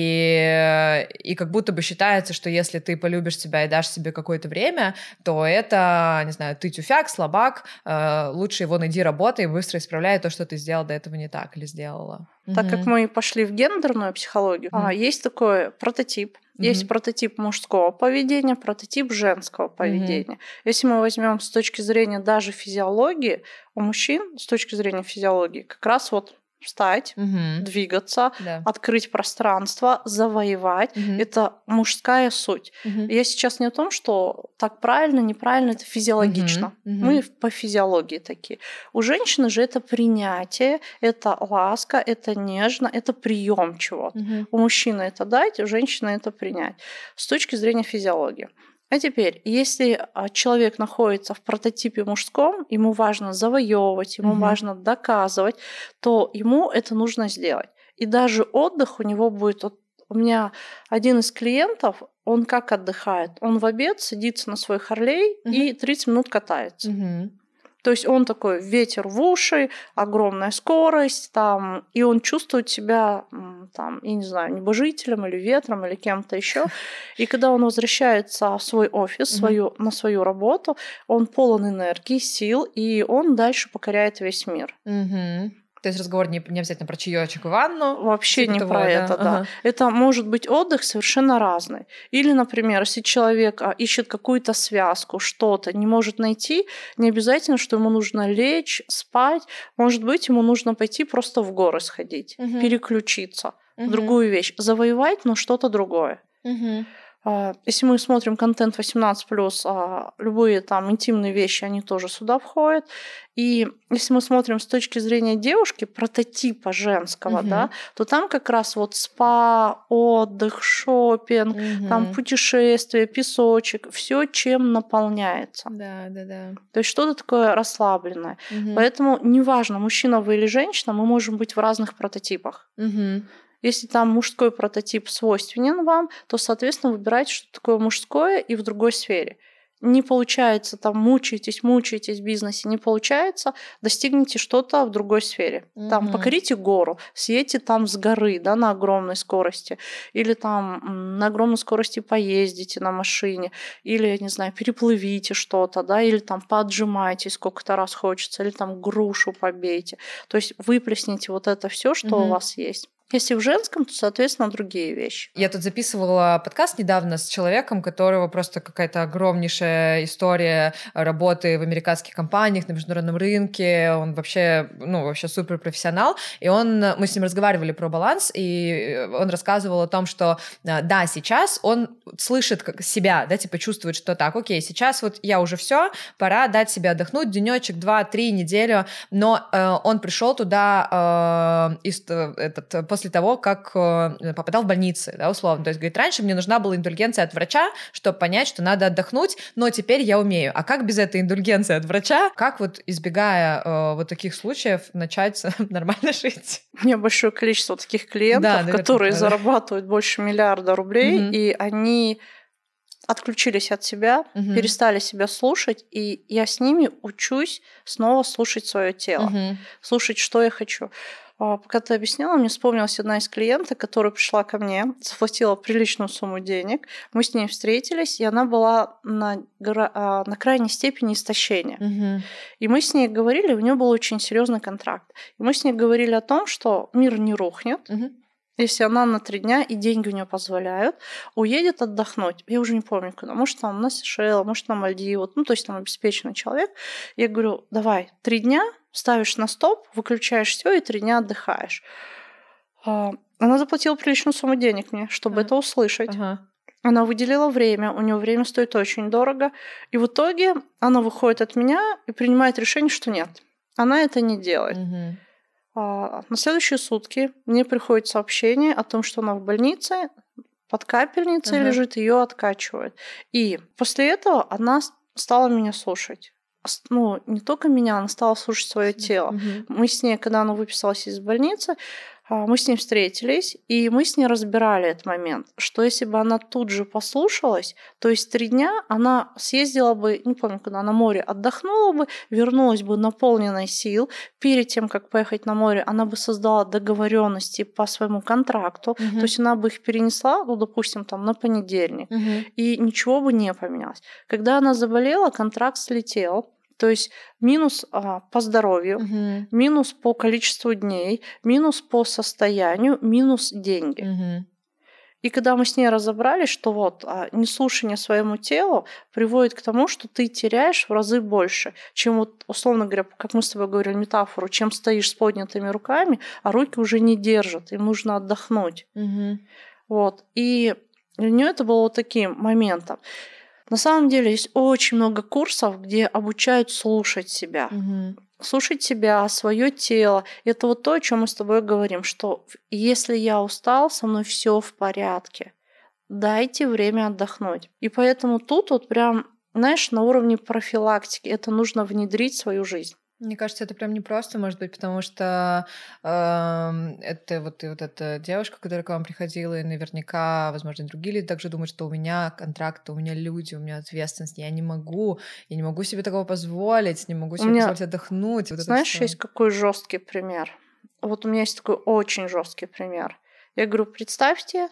И, и как будто бы считается, что если ты полюбишь себя и дашь себе какое-то время, то это, не знаю, ты тюфяк, слабак, э, лучше его найди работай и быстро исправляй то, что ты сделал до этого не так или сделала. Так угу. как мы пошли в гендерную психологию, угу. а, есть такой прототип. Есть mm-hmm. прототип мужского поведения, прототип женского поведения. Mm-hmm. Если мы возьмем с точки зрения даже физиологии, у мужчин с точки зрения физиологии как раз вот встать, mm-hmm. двигаться, yeah. открыть пространство, завоевать. Mm-hmm. Это мужская суть. Mm-hmm. Я сейчас не о том, что так правильно, неправильно, это физиологично. Mm-hmm. Mm-hmm. Мы по физиологии такие. У женщины же это принятие, это ласка, это нежно, это прием чего-то. Mm-hmm. У мужчины это дать, у женщины это принять. С точки зрения физиологии. А теперь, если человек находится в прототипе мужском, ему важно завоевывать, ему mm-hmm. важно доказывать, то ему это нужно сделать. И даже отдых у него будет... Вот у меня один из клиентов, он как отдыхает? Он в обед садится на свой Харлей mm-hmm. и тридцать минут катается. Mm-hmm. То есть он такой ветер в уши, огромная скорость, там, и он чувствует себя, там, я не знаю, небожителем или ветром или кем-то еще. И когда он возвращается в свой офис, mm-hmm. свою, на свою работу, он полон энергии, сил, и он дальше покоряет весь мир. Mm-hmm. То есть разговор не, не обязательно про чаечек и ванну. Вообще типа не того, про да? это, да. Ага. Это может быть отдых совершенно разный. Или, например, если человек ищет какую-то связку, что-то, не может найти, не обязательно, что ему нужно лечь, спать. Может быть, ему нужно пойти просто в горы сходить, угу. переключиться угу. в другую вещь, завоевать, но что-то другое. Угу. Если мы смотрим контент восемнадцать плюс, любые там интимные вещи, они тоже сюда входят. И если мы смотрим с точки зрения девушки, прототипа женского, угу. да, то там как раз вот спа, отдых, шопинг, угу. там путешествия, песочек, все чем наполняется. Да, да, да. То есть что-то такое расслабленное. Угу. Поэтому неважно, мужчина вы или женщина, мы можем быть в разных прототипах. Угу. Если там мужской прототип свойственен вам, то, соответственно, выбирайте, что такое мужское и в другой сфере. не получается, там мучаетесь, мучаетесь в бизнесе, не получается, достигните что-то в другой сфере. Угу. Там покорите гору, съедьте там с горы, да, на огромной скорости, или там на огромной скорости поездите на машине, или, я не знаю, переплывите что-то, да, или там поотжимайтесь сколько-то раз хочется, или там грушу побейте. То есть выплесните вот это все, что угу. у вас есть. Если в женском, то, соответственно, другие вещи. Я тут записывала подкаст недавно с человеком, у которого просто какая-то огромнейшая история работы в американских компаниях, на международном рынке. Он вообще, ну, вообще суперпрофессионал. И он, мы с ним разговаривали про баланс, и он рассказывал о том, что да, сейчас он слышит как себя, да, типа чувствует, что так, окей, сейчас вот я уже все, пора дать себе отдохнуть денечек, два, три, неделю. Но э, он пришел туда э, из, этот, после того, как э, попадал в больницы, да, условно. То есть, говорит, раньше мне нужна была индульгенция от врача, чтобы понять, что надо отдохнуть, но теперь я умею. А как без этой индульгенции от врача, как вот, избегая э, вот таких случаев, начать нормально жить? У меня большое количество таких клиентов, да, наверное, которые да. зарабатывают больше миллиарда рублей, угу. и они отключились от себя, угу. перестали себя слушать, и я с ними учусь снова слушать свое тело, угу. слушать, что я хочу. Пока ты объясняла, мне вспомнилась одна из клиенток, которая пришла ко мне, заплатила приличную сумму денег, мы с ней встретились, и она была на, на крайней степени истощения. Угу. И мы с ней говорили, у нее был очень серьезный контракт. И мы с ней говорили о том, что мир не рухнет, угу. если она на три дня, и деньги у нее позволяют, уедет отдохнуть. Я уже не помню куда. Может, там на Сейшелы, может, на Мальдивы. Ну, то есть там обеспеченный человек. Я говорю, давай, три дня ставишь на стоп, выключаешь все и три дня отдыхаешь. Она заплатила приличную сумму денег мне, чтобы ага. это услышать. Ага. Она выделила время, у нее время стоит очень дорого. И в итоге она выходит от меня и принимает решение, что нет, она это не делает. Угу. На следующие сутки мне приходит сообщение о том, что она в больнице, под капельницей ага. лежит, ее откачивают. И после этого она стала меня слушать. Ну, не только меня, она стала слушать свое тело. Угу. Мы с ней, когда она выписалась из больницы, мы с ней встретились, и мы с ней разбирали этот момент, что если бы она тут же послушалась, то есть три дня она съездила бы, не помню, куда, на море, отдохнула бы, вернулась бы наполненной сил. Перед тем, как поехать на море, она бы создала договоренности по своему контракту, угу. то есть она бы их перенесла, ну, допустим, там, на понедельник, угу. и ничего бы не поменялось. Когда она заболела, контракт слетел. То есть минус а, по здоровью, угу. минус по количеству дней, минус по состоянию, минус деньги. Угу. И когда мы с ней разобрались, что вот а, неслушание своему телу приводит к тому, что ты теряешь в разы больше, чем вот, условно говоря, как мы с тобой говорили метафору, чем стоишь с поднятыми руками, а руки уже не держат, им нужно отдохнуть. Угу. Вот. И для нее это было вот таким моментом. На самом деле есть очень много курсов, где обучают слушать себя. Угу. Слушать себя, свое тело. Это вот то, о чем мы с тобой говорим, что если я устал, со мной все в порядке. Дайте время отдохнуть. И поэтому тут вот прям, знаешь, на уровне профилактики это нужно внедрить в свою жизнь. Мне кажется, это прям непросто, может быть, потому что э, это вот, и вот эта девушка, которая к вам приходила, и наверняка, возможно, другие люди также думают, что у меня контракт, у меня люди, у меня ответственность, я не могу, я не могу себе такого позволить, не могу себе меня... позволить отдохнуть. Вот знаешь, есть какой жесткий пример? Вот у меня есть такой очень жесткий пример. Я говорю, представьте,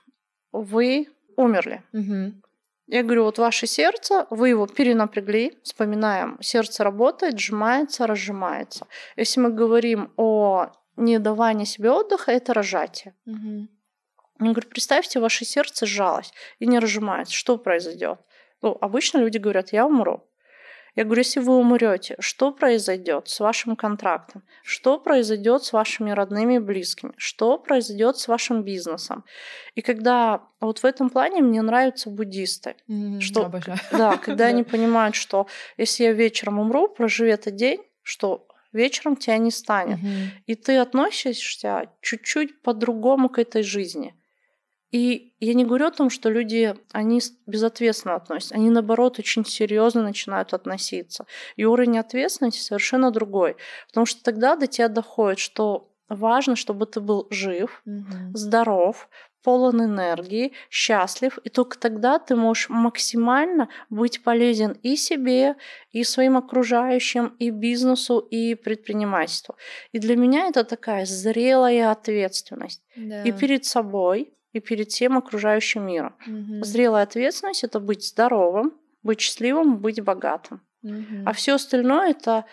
вы умерли. Угу. Я говорю, вот ваше сердце, вы его перенапрягли, вспоминаем, сердце работает, сжимается, разжимается. Если мы говорим о недавании себе отдыха, это рожатие. Угу. Я говорю, представьте, ваше сердце сжалось и не разжимается. Что произойдет? Ну, обычно люди говорят, я умру. Я говорю, если вы умрете, что произойдет с вашим контрактом? Что произойдет с вашими родными и близкими? Что произойдет с вашим бизнесом? И когда вот в этом плане мне нравятся буддисты, mm, что, да, когда они понимают, что если я вечером умру, проживи этот день, что вечером тебя не станет, и ты относишься чуть-чуть по-другому к этой жизни. И я не говорю о том, что люди, они безответственно относятся. Они, наоборот, очень серьезно начинают относиться. И уровень ответственности совершенно другой. Потому что тогда до тебя доходит, что важно, чтобы ты был жив, угу. здоров, полон энергии, счастлив, и только тогда ты можешь максимально быть полезен и себе, и своим окружающим, и бизнесу, и предпринимательству. И для меня это такая зрелая ответственность. Да. И перед собой, и перед всем окружающим миром. Угу. Зрелая ответственность — это быть здоровым, быть счастливым, быть богатым. Угу. А все остальное — это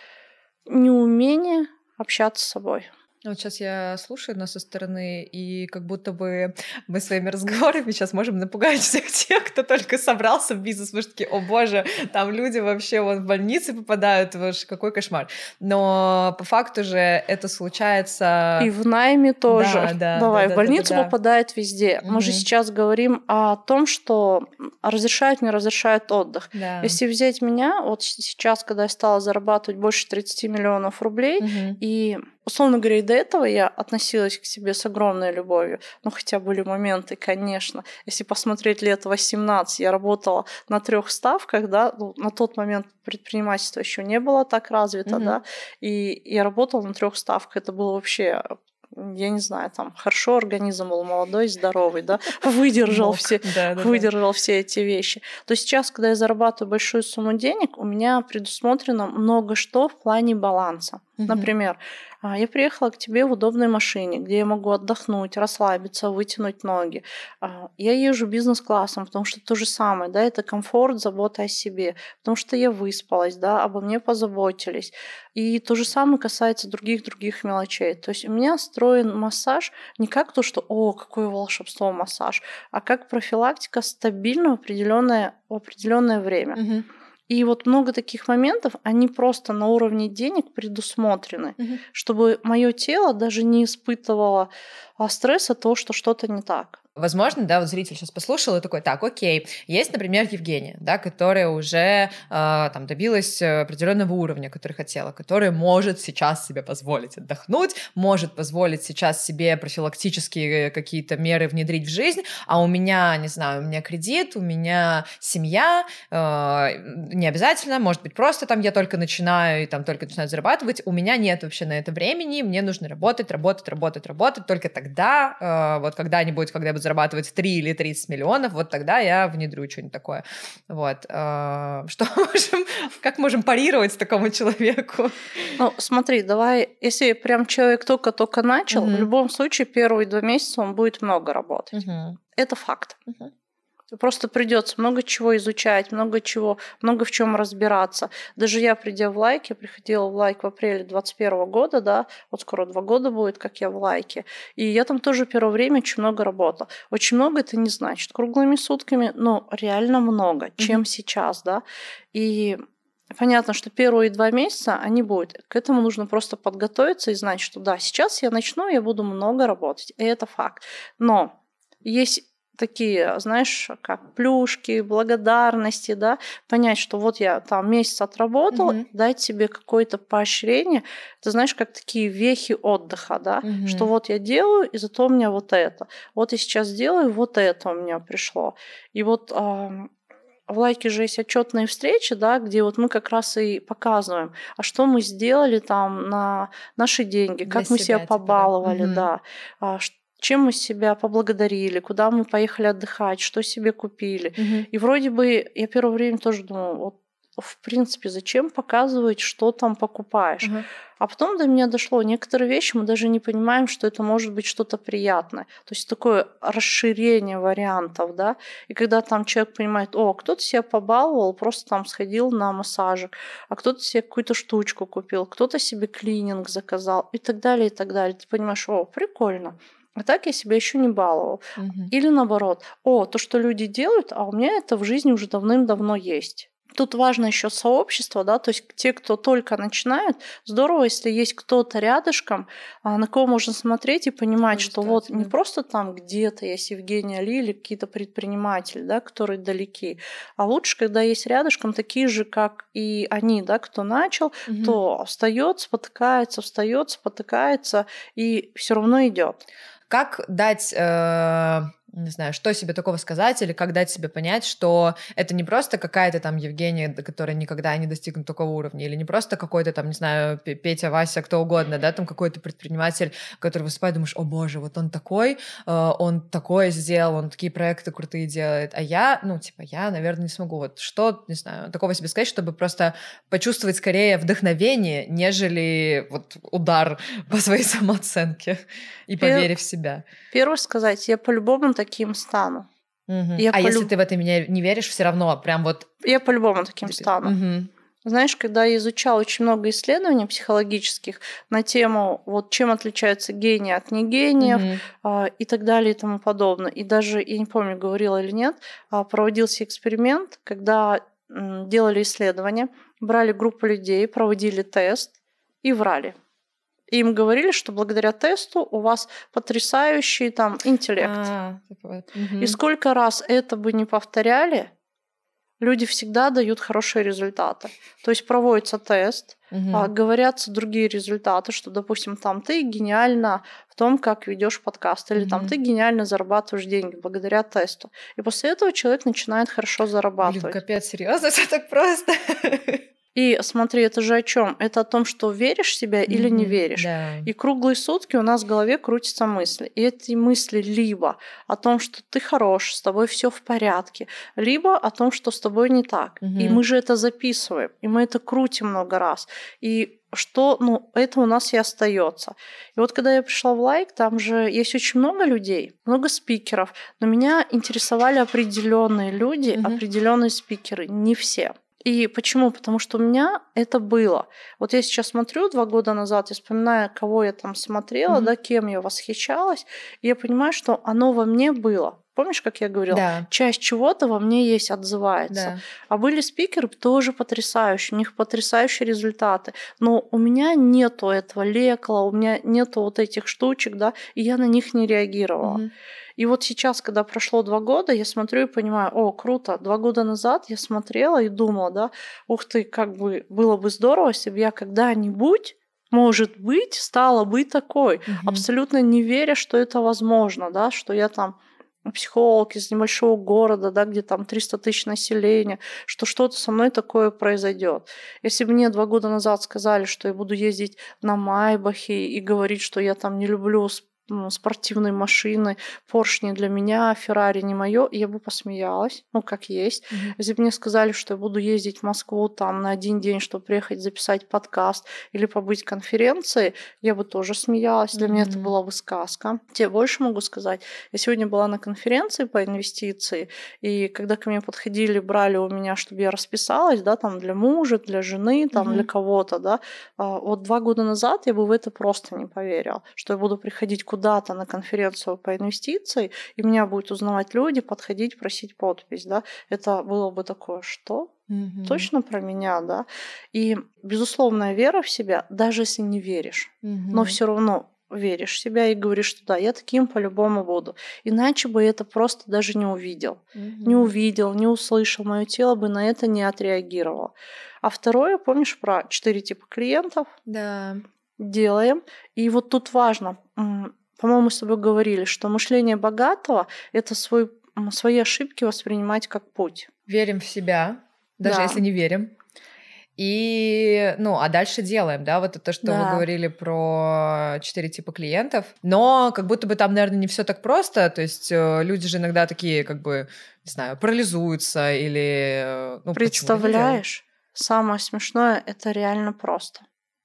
неумение общаться с собой. Вот сейчас я слушаю нас со стороны, и как будто бы мы своими разговорами сейчас можем напугать всех тех, кто только собрался в бизнес, потому что такие: о боже, там люди вообще вот в больницы попадают, ваш какой кошмар. Но по факту же это случается... И в найме тоже. Да, да, Давай, да, в больницу да, да, да. попадает везде. Угу. Мы же сейчас говорим о том, что разрешают, не разрешают отдых. Да. Если взять меня, вот сейчас, когда я стала зарабатывать больше тридцать миллионов рублей, угу. и условно говоря, и до этого я относилась к себе с огромной любовью. Ну, хотя были моменты, конечно. Если посмотреть лет восемнадцать, я работала на трех ставках, да, ну, на тот момент предпринимательство еще не было так развито, Мгм. да, и я работала на трех ставках. Это было вообще, я не знаю, там хорошо, организм был молодой, здоровый, да, выдержал Мог. все, Да, да, да. выдержал все эти вещи. То есть сейчас, когда я зарабатываю большую сумму денег, у меня предусмотрено много что в плане баланса. Мгм. Например, а, я приехала к тебе в удобной машине, где я могу отдохнуть, расслабиться, вытянуть ноги. А, Я езжу бизнес-классом, потому что то же самое, да, это комфорт, забота о себе, потому что я выспалась, да, обо мне позаботились. И то же самое касается других-других мелочей. То есть у меня строен массаж не как то, что «О, какое волшебство массаж», а как профилактика стабильно в определенное, в определенное время. Мгм. И вот много таких моментов, они просто на уровне денег предусмотрены, Мгм. чтобы мое тело даже не испытывало а, стресса того, что что-то не так. Возможно, да, вот зритель сейчас послушал и такой: так, окей, есть, например, Евгения, да, которая уже э, там добилась определенного уровня, который хотела, которая может сейчас себе позволить отдохнуть, может позволить сейчас себе профилактические какие-то меры внедрить в жизнь, а у меня, не знаю, у меня кредит, у меня семья, э, не обязательно, может быть, просто там я только начинаю и там только начинаю зарабатывать, у меня нет вообще на это времени, мне нужно работать, работать, работать, работать, только тогда, э, вот когда-нибудь, когда я буду зарабатывать три или тридцать миллионов, вот тогда я внедрю что-нибудь такое. Вот. Э, Что можем, как можем парировать такому человеку? Ну, смотри, давай, если прям человек только-только начал, Мгм. в любом случае первые два месяца он будет много работать. Мгм. Это факт. Мгм. Просто придется много чего изучать, много чего, много в чем разбираться. Даже я, придя в лайк, я приходила в лайк в апреле двадцать первого года, да, вот скоро два года будет, как я в лайке. И я там тоже первое время очень много работала. Очень много это не значит круглыми сутками, но реально много, чем Мгм. сейчас, да. И понятно, что первые два месяца они будут. К этому нужно просто подготовиться и знать, что да, сейчас я начну, я буду много работать. И это факт. Но есть такие, знаешь, как плюшки, благодарности, да, понять, что вот я там месяц отработал, Мгм. дать себе какое-то поощрение. Ты знаешь, как такие вехи отдыха, да, Мгм. что вот я делаю, и зато у меня вот это. Вот я сейчас делаю, вот это у меня пришло. И вот ам, в лайке же есть отчетные встречи, да, где вот мы как раз и показываем, а что мы сделали там на наши деньги, Для как мы себя себя, типа, да. побаловали, Мгм. да, а, ш- чем мы себя поблагодарили, куда мы поехали отдыхать, что себе купили. Мгм. И вроде бы я первое время тоже думала, вот в принципе, зачем показывать, что там покупаешь? Ага. А потом до меня дошло, некоторые вещи мы даже не понимаем, что это может быть что-то приятное. То есть такое расширение вариантов, да. И когда там человек понимает, о, кто-то себя побаловал, просто там сходил на массажик, а кто-то себе какую-то штучку купил, кто-то себе клининг заказал и так далее, и так далее. Ты понимаешь, о, прикольно. А так я себя еще не баловал. Мгм. Или наоборот, о, то, что люди делают, а у меня это в жизни уже давным-давно есть. Тут важно еще сообщество, да, то есть те, кто только начинают, здорово, если есть кто-то рядышком, а, на кого можно смотреть и понимать, Похожая что вот ситуация, не да. просто там где-то есть Евгения Ли или какие-то предприниматели, да, которые далеки, а лучше, когда есть рядышком такие же, как и они, да, кто начал, Мгм. то встает, спотыкается, встает, спотыкается и все равно идет. Как дать, э, Не знаю, что себе такого сказать или как дать себе понять, что это не просто какая-то там Евгения, которая никогда не достигнет такого уровня, или не просто какой-то там, не знаю, Петя, Вася, кто угодно, да, там какой-то предприниматель, который выступает, думаешь, о боже, вот он такой, он такое сделал, он такие проекты крутые делает, а я, ну, типа, я, наверное, не смогу. Вот что, не знаю, такого себе сказать, чтобы просто почувствовать скорее вдохновение, нежели вот удар по своей самооценке и по вере в себя. Первое сказать, я по-любому таким стану. Угу. А полюб... если ты в это меня не веришь, все равно прям вот... Я по-любому таким Тебе... стану. Угу. Знаешь, когда я изучала очень много исследований психологических на тему, вот чем отличаются гении от негениев угу. а, и так далее и тому подобное. И даже, я не помню, говорила или нет, а, проводился эксперимент, когда м, делали исследования, брали группу людей, проводили тест и врали. И им говорили, что благодаря тесту у вас потрясающий там интеллект. А, вот. Угу. И сколько раз это бы не повторяли, люди всегда дают хорошие результаты. То есть проводится тест, угу. а, говорятся другие результаты, что, допустим, там ты гениально в том, как ведешь подкаст, или угу. там ты гениально зарабатываешь деньги благодаря тесту. И после этого человек начинает хорошо зарабатывать. Блин, капец, серьезно, все так просто. И смотри, это же о чем? Это о том, что веришь в себя или mm-hmm, не веришь. да. И круглые сутки у нас в голове крутятся мысли. И эти мысли либо о том, что ты хорош, с тобой все в порядке, либо о том, что с тобой не так. Mm-hmm. И мы же это записываем, и мы это крутим много раз. И что, ну, это у нас и остается. И вот когда я пришла в лайк, там же есть очень много людей, много спикеров, но меня интересовали определенные люди, mm-hmm. определенные спикеры, не все. И почему? Потому что у меня это было. Вот я сейчас смотрю два года назад и вспоминаю, кого я там смотрела, mm-hmm. да, кем я восхищалась, и я понимаю, что оно во мне было. Помнишь, как я говорила? Да. Часть чего-то во мне есть, отзывается. Да. А были спикеры тоже потрясающие, у них потрясающие результаты. Но у меня нету этого лекла, у меня нету вот этих штучек, да, и я на них не реагировала. Mm-hmm. И вот сейчас, когда прошло два года, я смотрю и понимаю, о, круто, два года назад я смотрела и думала, да, ух ты, как бы было бы здорово, если бы я когда-нибудь, может быть, стала быть такой, mm-hmm. абсолютно не веря, что это возможно, да, что я там психолог из небольшого города, да, где там триста тысяч населения, что что-то со мной такое произойдет. Если бы мне два года назад сказали, что я буду ездить на Майбахе и говорить, что я там не люблю спортивные машины, поршни для меня, Феррари не мое, я бы посмеялась, ну, как есть. Mm-hmm. Если бы мне сказали, что я буду ездить в Москву там на один день, чтобы приехать записать подкаст или побыть в конференции, я бы тоже смеялась. Для mm-hmm. меня это была бы сказка. Тебе больше могу сказать. Я сегодня была на конференции по инвестиции, и когда ко мне подходили, брали у меня, чтобы я расписалась, да, там для мужа, для жены, там mm-hmm. для кого-то, да, вот два года назад я бы в это просто не поверила, что я буду приходить куда-то на конференцию по инвестиции, и меня будут узнавать люди, подходить, просить подпись, да, это было бы такое, что? Mm-hmm. Точно про меня, да? И безусловная вера в себя, даже если не веришь, mm-hmm. но все равно веришь в себя и говоришь, что да, я таким по-любому буду. Иначе бы это просто даже не увидел. Mm-hmm. Не увидел, не услышал, мое тело бы на это не отреагировало. А второе, помнишь про четыре типа клиентов? Да. Делаем. И вот тут важно, по-моему, мы с тобой говорили, что мышление богатого — это свой, свои ошибки воспринимать как путь. Верим в себя, даже да. если не верим. И, ну, а дальше делаем, да, вот то, что да. вы говорили про четыре типа клиентов, но как будто бы там, наверное, не все так просто, то есть люди же иногда такие, как бы, не знаю, парализуются или... Ну, представляешь, самое смешное — это реально просто.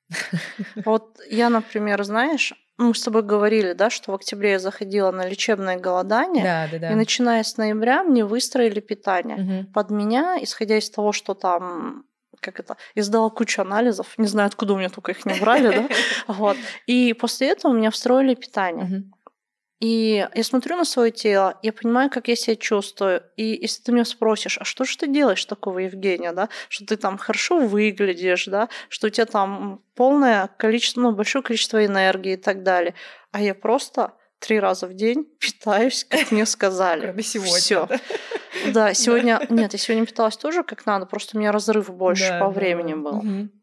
Вот я, например, знаешь, мы с тобой говорили, да, что в октябре я заходила на лечебное голодание, да, да, да. и начиная с ноября мне выстроили питание угу. под меня, исходя из того, что там, как это, я сдала кучу анализов, не знаю, откуда у меня только их не брали, да, вот, и после этого у меня встроили питание. И я смотрю на свое тело, я понимаю, как я себя чувствую. И если ты меня спросишь, а что же ты делаешь такого, Евгения, да? Что ты там хорошо выглядишь, да? Что у тебя там полное количество, ну, большое количество энергии и так далее. А я просто три раза в день питаюсь, как мне сказали. Кроме сегодня. Всё. Да, сегодня... Нет, я сегодня питалась тоже как надо, просто у меня разрыв больше по времени был.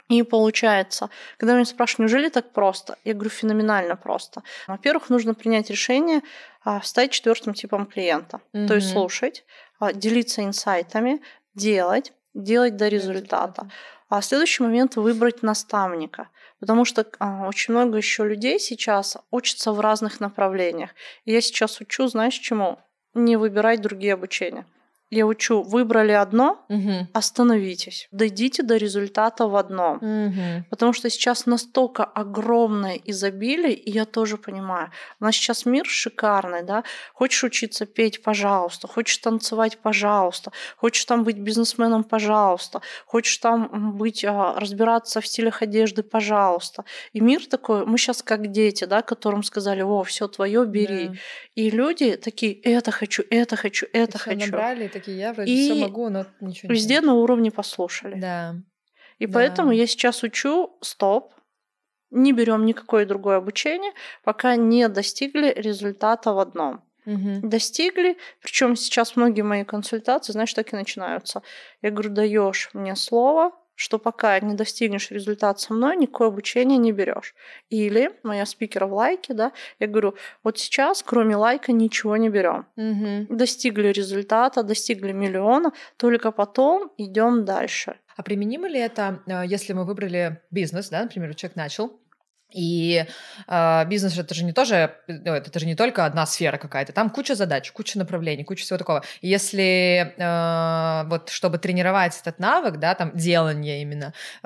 И получается, когда меня спрашивают, неужели так просто? Я говорю, феноменально просто. Во-первых, нужно принять решение а, стать четвертым типом клиента. Mm-hmm. То есть слушать, а, делиться инсайтами, делать, делать до результата. А в следующий момент выбрать наставника. Потому что а, очень много еще людей сейчас учатся в разных направлениях. И я сейчас учу, знаешь, чему? Не выбирать другие обучения. Я учу, выбрали одно, угу. остановитесь, дойдите до результата в одном. Угу. Потому что сейчас настолько огромное изобилие, и я тоже понимаю, у нас сейчас мир шикарный, да, хочешь учиться петь, пожалуйста, хочешь танцевать, пожалуйста, хочешь там быть бизнесменом, пожалуйста, хочешь там быть, разбираться в стилях одежды, пожалуйста. И мир такой, мы сейчас как дети, да, которым сказали, о, все твое бери. Да. И люди такие, это хочу, это хочу, это хочу. Набрали, такие, я вроде и все могу, но ничего не везде знаю. На уровне послушали. Да. И да. поэтому я сейчас учу, стоп, не берем никакое другое обучение, пока не достигли результата в одном. Угу. Достигли, причем сейчас многие мои консультации, знаешь, так и начинаются. Я говорю, даешь мне слово, что пока не достигнешь результат со мной, никакое обучение не берешь. Или моя спикер в лайке, да, я говорю, вот сейчас, кроме лайка, ничего не берем. Угу. Достигли результата, достигли миллиона, только потом идем дальше. А применимо ли это, если мы выбрали бизнес, да, например, человек начал, и э, бизнес это же не тоже, это же не только одна сфера какая-то, там куча задач, куча направлений, куча всего такого. И если э, вот чтобы тренировать этот навык, да, там делание именно, э,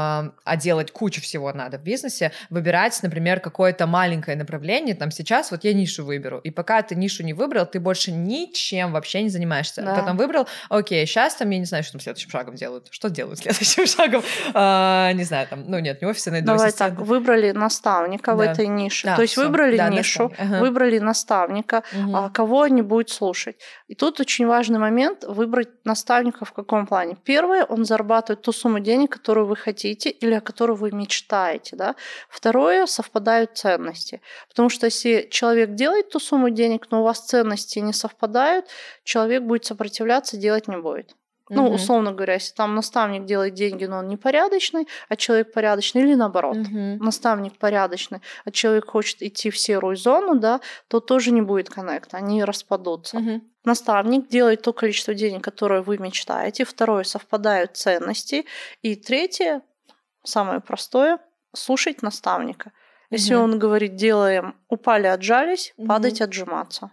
а делать кучу всего надо в бизнесе, выбирать, например, какое-то маленькое направление, там сейчас вот я нишу выберу, и пока ты нишу не выбрал, ты больше ничем вообще не занимаешься. Да. Потом выбрал, окей, сейчас там я не знаю, что там следующим шагом делают, что делают следующим шагом, э, не знаю, там, ну нет, не офисы, найду Давай ассистента. Так, выбрали наставника да. в этой нише. Да, То есть всё. выбрали да, нишу, ага. выбрали наставника, угу. а, кого они будут слушать. И тут очень важный момент выбрать наставника в каком плане. Первое, он зарабатывает ту сумму денег, которую вы хотите или о которой вы мечтаете. Да? Второе, совпадают ценности. Потому что если человек делает ту сумму денег, но у вас ценности не совпадают, человек будет сопротивляться, делать не будет. Ну, uh-huh. условно говоря, если там наставник делает деньги, но он непорядочный, а человек порядочный, или наоборот, uh-huh. наставник порядочный, а человек хочет идти в серую зону, да, то тоже не будет коннекта, они распадутся. Uh-huh. Наставник делает то количество денег, которое вы мечтаете. Второе, совпадают ценности. И третье, самое простое, слушать наставника. Если uh-huh. он говорит, делаем, упали, отжались, uh-huh. падать, отжиматься.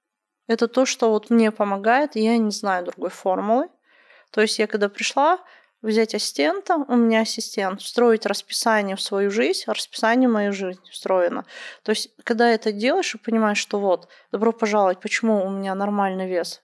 Это то, что вот мне помогает, и я не знаю другой формулы. То есть я когда пришла взять ассистента, у меня ассистент, встроить расписание в свою жизнь, расписание в мою жизнь встроено. То есть когда это делаешь и понимаешь, что вот, добро пожаловать, почему у меня нормальный вес?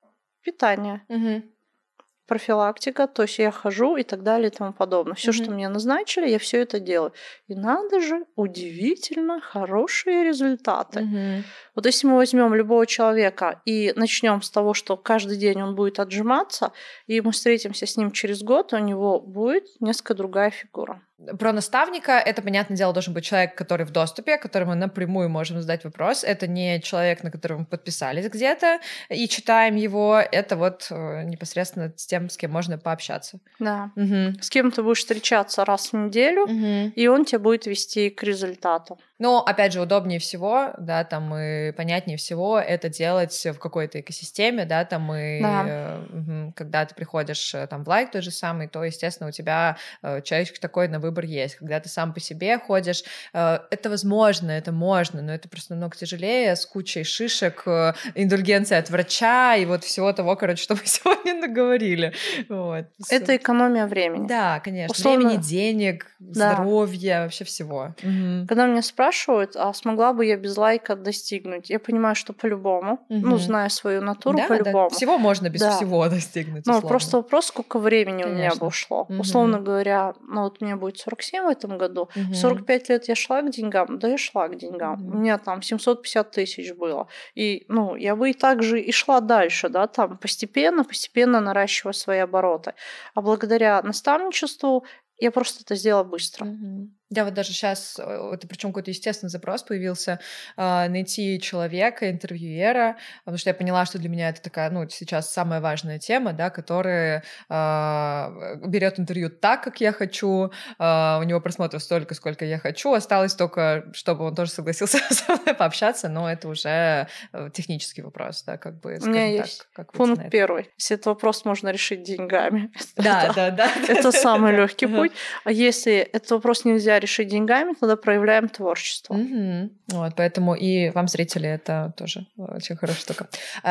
Питание. Угу. Профилактика, то есть я хожу и так далее и тому подобное. Все, угу. что мне назначили, я все это делаю. И надо же, удивительно хорошие результаты. Угу. Вот если мы возьмем любого человека и начнем с того, что каждый день он будет отжиматься, и мы встретимся с ним через год, у него будет несколько другая фигура. Про наставника, это, понятное дело, должен быть человек, который в доступе, которому напрямую можем задать вопрос. Это не человек, на которого мы подписались где-то и читаем его. Это вот непосредственно с тем, с кем можно пообщаться. Да. Угу. С кем ты будешь встречаться раз в неделю, угу. и он тебя будет вести к результату. Но, опять же, удобнее всего, да, там и понятнее всего это делать в какой-то экосистеме, да, там и да. э, когда ты приходишь там в лайк тот же самый, то, естественно, у тебя э, человечек такой на выбор есть. Когда ты сам по себе ходишь, э, это возможно, это можно, но это просто намного тяжелее, с кучей шишек, э, индульгенции от врача и вот всего того, короче, что мы сегодня наговорили. Вот. Это экономия времени. Да, конечно. Условно... Времени, денег, да. здоровья, вообще всего. Угу. Когда меня спрашивают, а смогла бы я без лайка достигнуть? Я понимаю, что по-любому, угу. ну, зная свою натуру, да, по-любому. Да. Всего можно без да. всего достигнуть. Ну, просто вопрос, сколько времени Конечно. у меня бы ушло. Угу. Условно говоря, ну, вот мне будет сорок семь в этом году, угу. сорок пять лет я шла к деньгам, да, я шла к деньгам. Угу. У меня там семьсот пятьдесят тысяч было. И, ну, я бы и так же и шла дальше, да, там постепенно, постепенно наращивая свои обороты. А благодаря наставничеству я просто это сделала быстро. Угу. Я вот даже сейчас, это причем какой-то естественный запрос появился, э, найти человека, интервьюера, потому что я поняла, что для меня это такая, ну, сейчас самая важная тема, да, которая э, берет интервью так, как я хочу, э, у него просмотров столько, сколько я хочу, осталось только, чтобы он тоже согласился со мной пообщаться, но это уже технический вопрос, да, как бы, у меня скажем есть так. Как пункт первый. Если этот вопрос можно решить деньгами, да, это, да, да, это да, самый да, легкий да. путь. А если этот вопрос нельзя решить деньгами, тогда проявляем творчество. Угу. Вот, поэтому и вам, зрители, это тоже очень хорошая штука.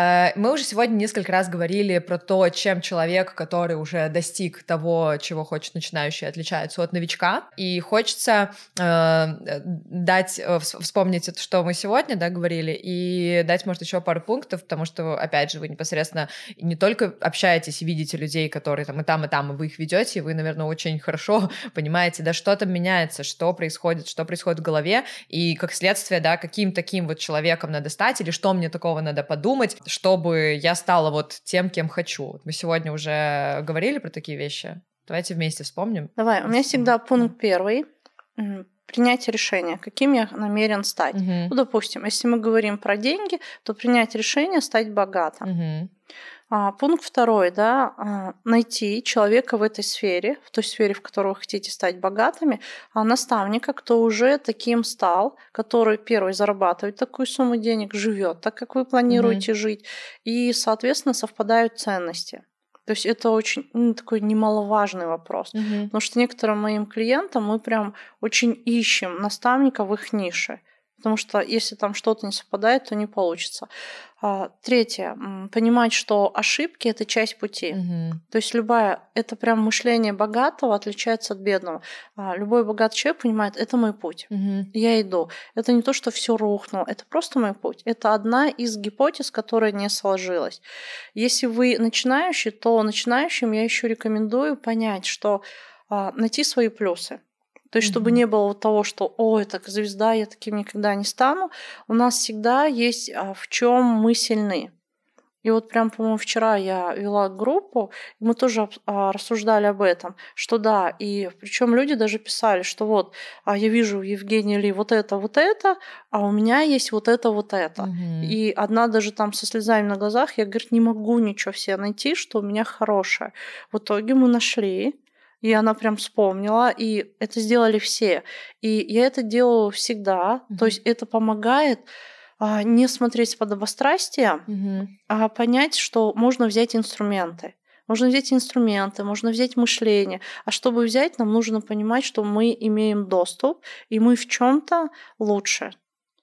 Мы уже сегодня несколько раз говорили про то, чем человек, который уже достиг того, чего хочет начинающий, отличается от новичка. И хочется э, дать, вспомнить, что мы сегодня, да, говорили, и дать, может, еще пару пунктов, потому что, опять же, вы непосредственно не только общаетесь и видите людей, которые там и там, и там, и вы их ведете, и вы, наверное, очень хорошо понимаете, да, что там меняется, что происходит, что происходит в голове, и как следствие, да, каким таким вот человеком надо стать, или что мне такого надо подумать, чтобы я стала вот тем, кем хочу. Мы сегодня уже говорили про такие вещи. Давайте вместе вспомним. Давай, у меня всегда пункт первый. Принятие решения, каким я намерен стать. Угу. Ну, допустим, если мы говорим про деньги, то принять решение стать богатым. Угу. А, пункт второй, да, найти человека в этой сфере, в той сфере, в которой вы хотите стать богатыми, наставника, кто уже таким стал, который, первый, зарабатывает такую сумму денег, живет так, как вы планируете mm-hmm. жить, и, соответственно, совпадают ценности. То есть это очень ну, такой немаловажный вопрос, mm-hmm. потому что некоторым моим клиентам мы прям очень ищем наставника в их нише. Потому что если там что-то не совпадает, то не получится. Третье. Понимать, что ошибки – это часть пути. Угу. То есть любая… Это прям мышление богатого отличается от бедного. Любой богатый человек понимает, это мой путь. Угу. Я иду. Это не то, что все рухнуло. Это просто мой путь. Это одна из гипотез, которая не сложилась. Если вы начинающий, то начинающим я еще рекомендую понять, что найти свои плюсы. То есть, чтобы mm-hmm. не было того, что «Ой, так звезда, я таким никогда не стану», у нас всегда есть в чем мы сильны. И вот прям, по-моему, вчера я вела группу, и мы тоже рассуждали об этом, что да, и причем люди даже писали, что вот я вижу у Евгении Ли вот это, вот это, а у меня есть вот это, вот это. Mm-hmm. И одна даже там со слезами на глазах, я, говорит, не могу ничего себе найти, что у меня хорошее. В итоге мы нашли. И она прям вспомнила, и это сделали все. И я это делаю всегда. Mm-hmm. То есть это помогает а, не смотреть с подобострастием, mm-hmm. а понять, что можно взять инструменты. Можно взять инструменты, можно взять мышление. А чтобы взять, нам нужно понимать, что мы имеем доступ, и мы в чем-то лучше.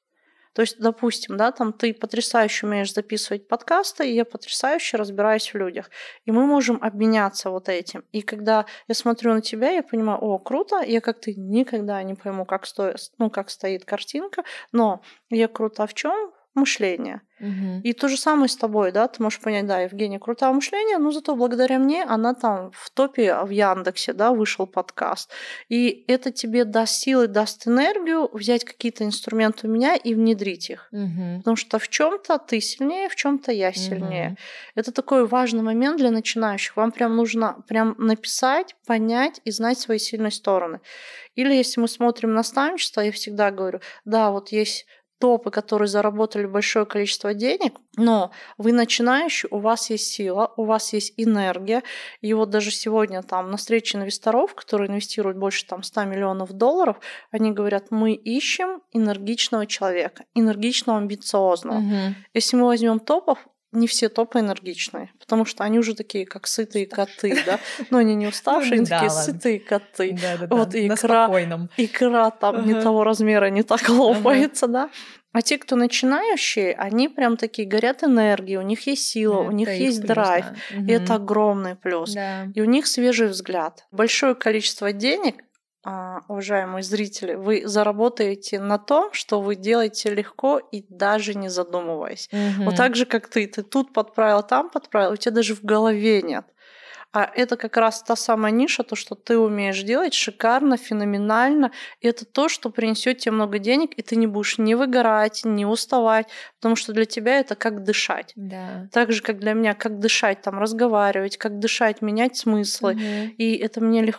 То есть, допустим, да, там ты потрясающе умеешь записывать подкасты, и я потрясающе разбираюсь в людях. И мы можем обменяться вот этим. И когда я смотрю на тебя, я понимаю, о, круто, я как-то никогда не пойму, как, сто... ну, как стоит картинка, но я круто в чем? Мышление. Угу. И то же самое с тобой, да, ты можешь понять, да, Евгения крутое мышление, но зато благодаря мне она там в топе в Яндексе, да, вышел подкаст. И это тебе даст силы, даст энергию взять какие-то инструменты у меня и внедрить их. Угу. Потому что в чем-то ты сильнее, в чем-то я сильнее. Угу. Это такой важный момент для начинающих. Вам прям нужно прям написать, понять и знать свои сильные стороны. Или если мы смотрим наставничество, я всегда говорю, да, вот есть топы, которые заработали большое количество денег, но вы начинающий, у вас есть сила, у вас есть энергия. И вот даже сегодня там на встрече инвесторов, которые инвестируют больше там ста миллионов долларов, они говорят, мы ищем энергичного человека, энергичного, амбициозного. Угу. Если мы возьмем топов, не все топы энергичные, потому что они уже такие, как сытые коты, да. Но они не уставшие, они такие сытые коты. Вот икра, икра там не того размера, не так лопается, да. А те, кто начинающие, они прям такие горят энергией, у них есть сила, у них есть драйв. И это огромный плюс. И у них свежий взгляд. Большое количество денег, уважаемые зрители, вы заработаете на том, что вы делаете легко и даже не задумываясь. Угу. Вот так же, как ты. Ты тут подправил, там подправил, у тебя даже в голове нет. А это как раз та самая ниша, то, что ты умеешь делать шикарно, феноменально. И это то, что принесет тебе много денег, и ты не будешь ни выгорать, ни уставать, потому что для тебя это как дышать. Да. Так же, как для меня, как дышать, там, разговаривать, как дышать, менять смыслы. Угу. И это мне легко.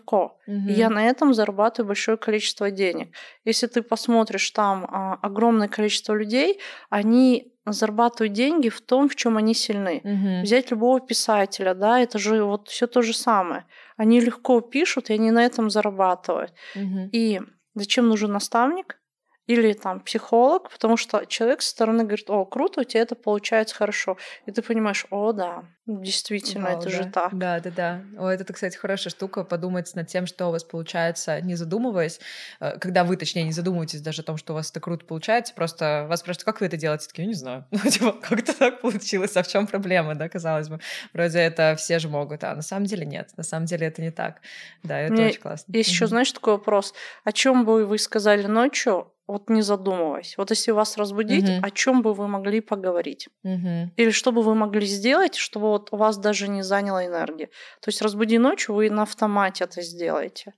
Угу. И я на этом зарабатываю большое количество денег. Если ты посмотришь, там а, огромное количество людей, они зарабатывают деньги в том, в чем они сильны. Угу. Взять любого писателя, да, это же вот все то же самое. Они легко пишут, и они на этом зарабатывают. Угу. И зачем нужен наставник? Или там психолог, потому что человек со стороны говорит: о, круто, у тебя это получается хорошо. И ты понимаешь: о, да, действительно, Вау, это да. же так. Да, да, да. О, это, кстати, хорошая штука, подумать над тем, что у вас получается, не задумываясь. Когда вы, точнее, не задумываетесь даже о том, что у вас это круто получается, просто вас спрашивают: как вы это делаете? Такие: я не знаю. Ну, типа, как-то так получилось, а в чем проблема, да, казалось бы. Вроде это все же могут, а на самом деле нет. На самом деле это не так. Да, это Мне очень классно. есть еще, Мгм. знаешь, такой вопрос: о чем бы вы сказали ночью, вот не задумываясь? Вот если вас разбудить, Мгм. о чем бы вы могли поговорить? Мгм. Или что бы вы могли сделать, чтобы вот у вас даже не заняло энергии? То есть разбуди ночью, вы на автомате это сделаете.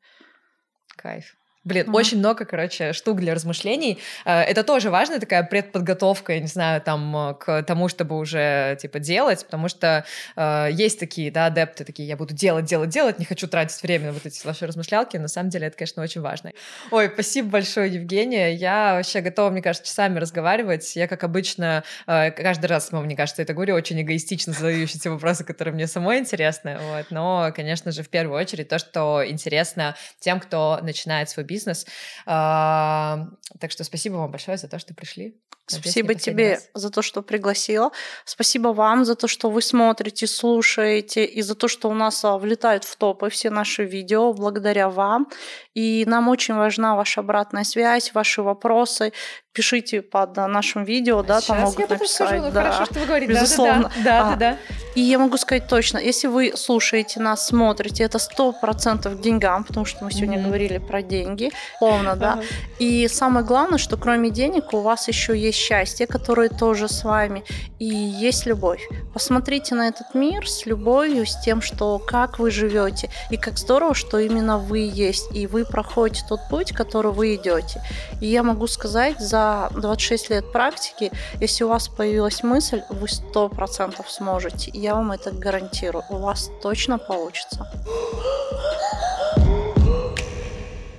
Кайф. Блин, Мгм. очень много, короче, штук для размышлений. Э, Это тоже важная такая предподготовка, я не знаю, там, э, к тому, чтобы уже, типа, делать, потому что э, есть такие, да, адепты такие: я буду делать, делать, делать, не хочу тратить время на вот эти ваши размышлялки. На самом деле это, конечно, очень важно. Ой, спасибо большое, Евгения. Я вообще готова, мне кажется, часами разговаривать. Я, как обычно, э, каждый раз, мне кажется, это говорю, очень эгоистично задающие те вопросы, которые мне самой интересны. Вот. Но, конечно же, в первую очередь то, что интересно тем, кто начинает свой бизнес. А, так что спасибо вам большое за то, что пришли. Надеюсь, не Спасибо последний тебе раз. за то, что пригласила. Спасибо вам за то, что вы смотрите, слушаете, и за то, что у нас а, влетают в топы все наши видео благодаря вам. И нам очень важна ваша обратная связь, ваши вопросы. Пишите под а, нашим видео, да, там Сейчас могут я потом написать. скажу, ну да, хорошо, что вы говорите. безусловно. Да, да, да, А, да, да. И я могу сказать точно, если вы слушаете нас, смотрите, это сто процентов к деньгам, потому что мы сегодня Мгм. говорили про деньги, полно, да. Ага. И самое главное, что кроме денег у вас еще есть счастье, которое тоже с вами, и есть любовь. Посмотрите на этот мир с любовью, с тем, что как вы живете, и как здорово, что именно вы есть, и вы проходите тот путь, который вы идете. И я могу сказать, за двадцать шесть лет практики, если у вас появилась мысль, вы сто процентов сможете. И я вам это гарантирую. У вас точно получится.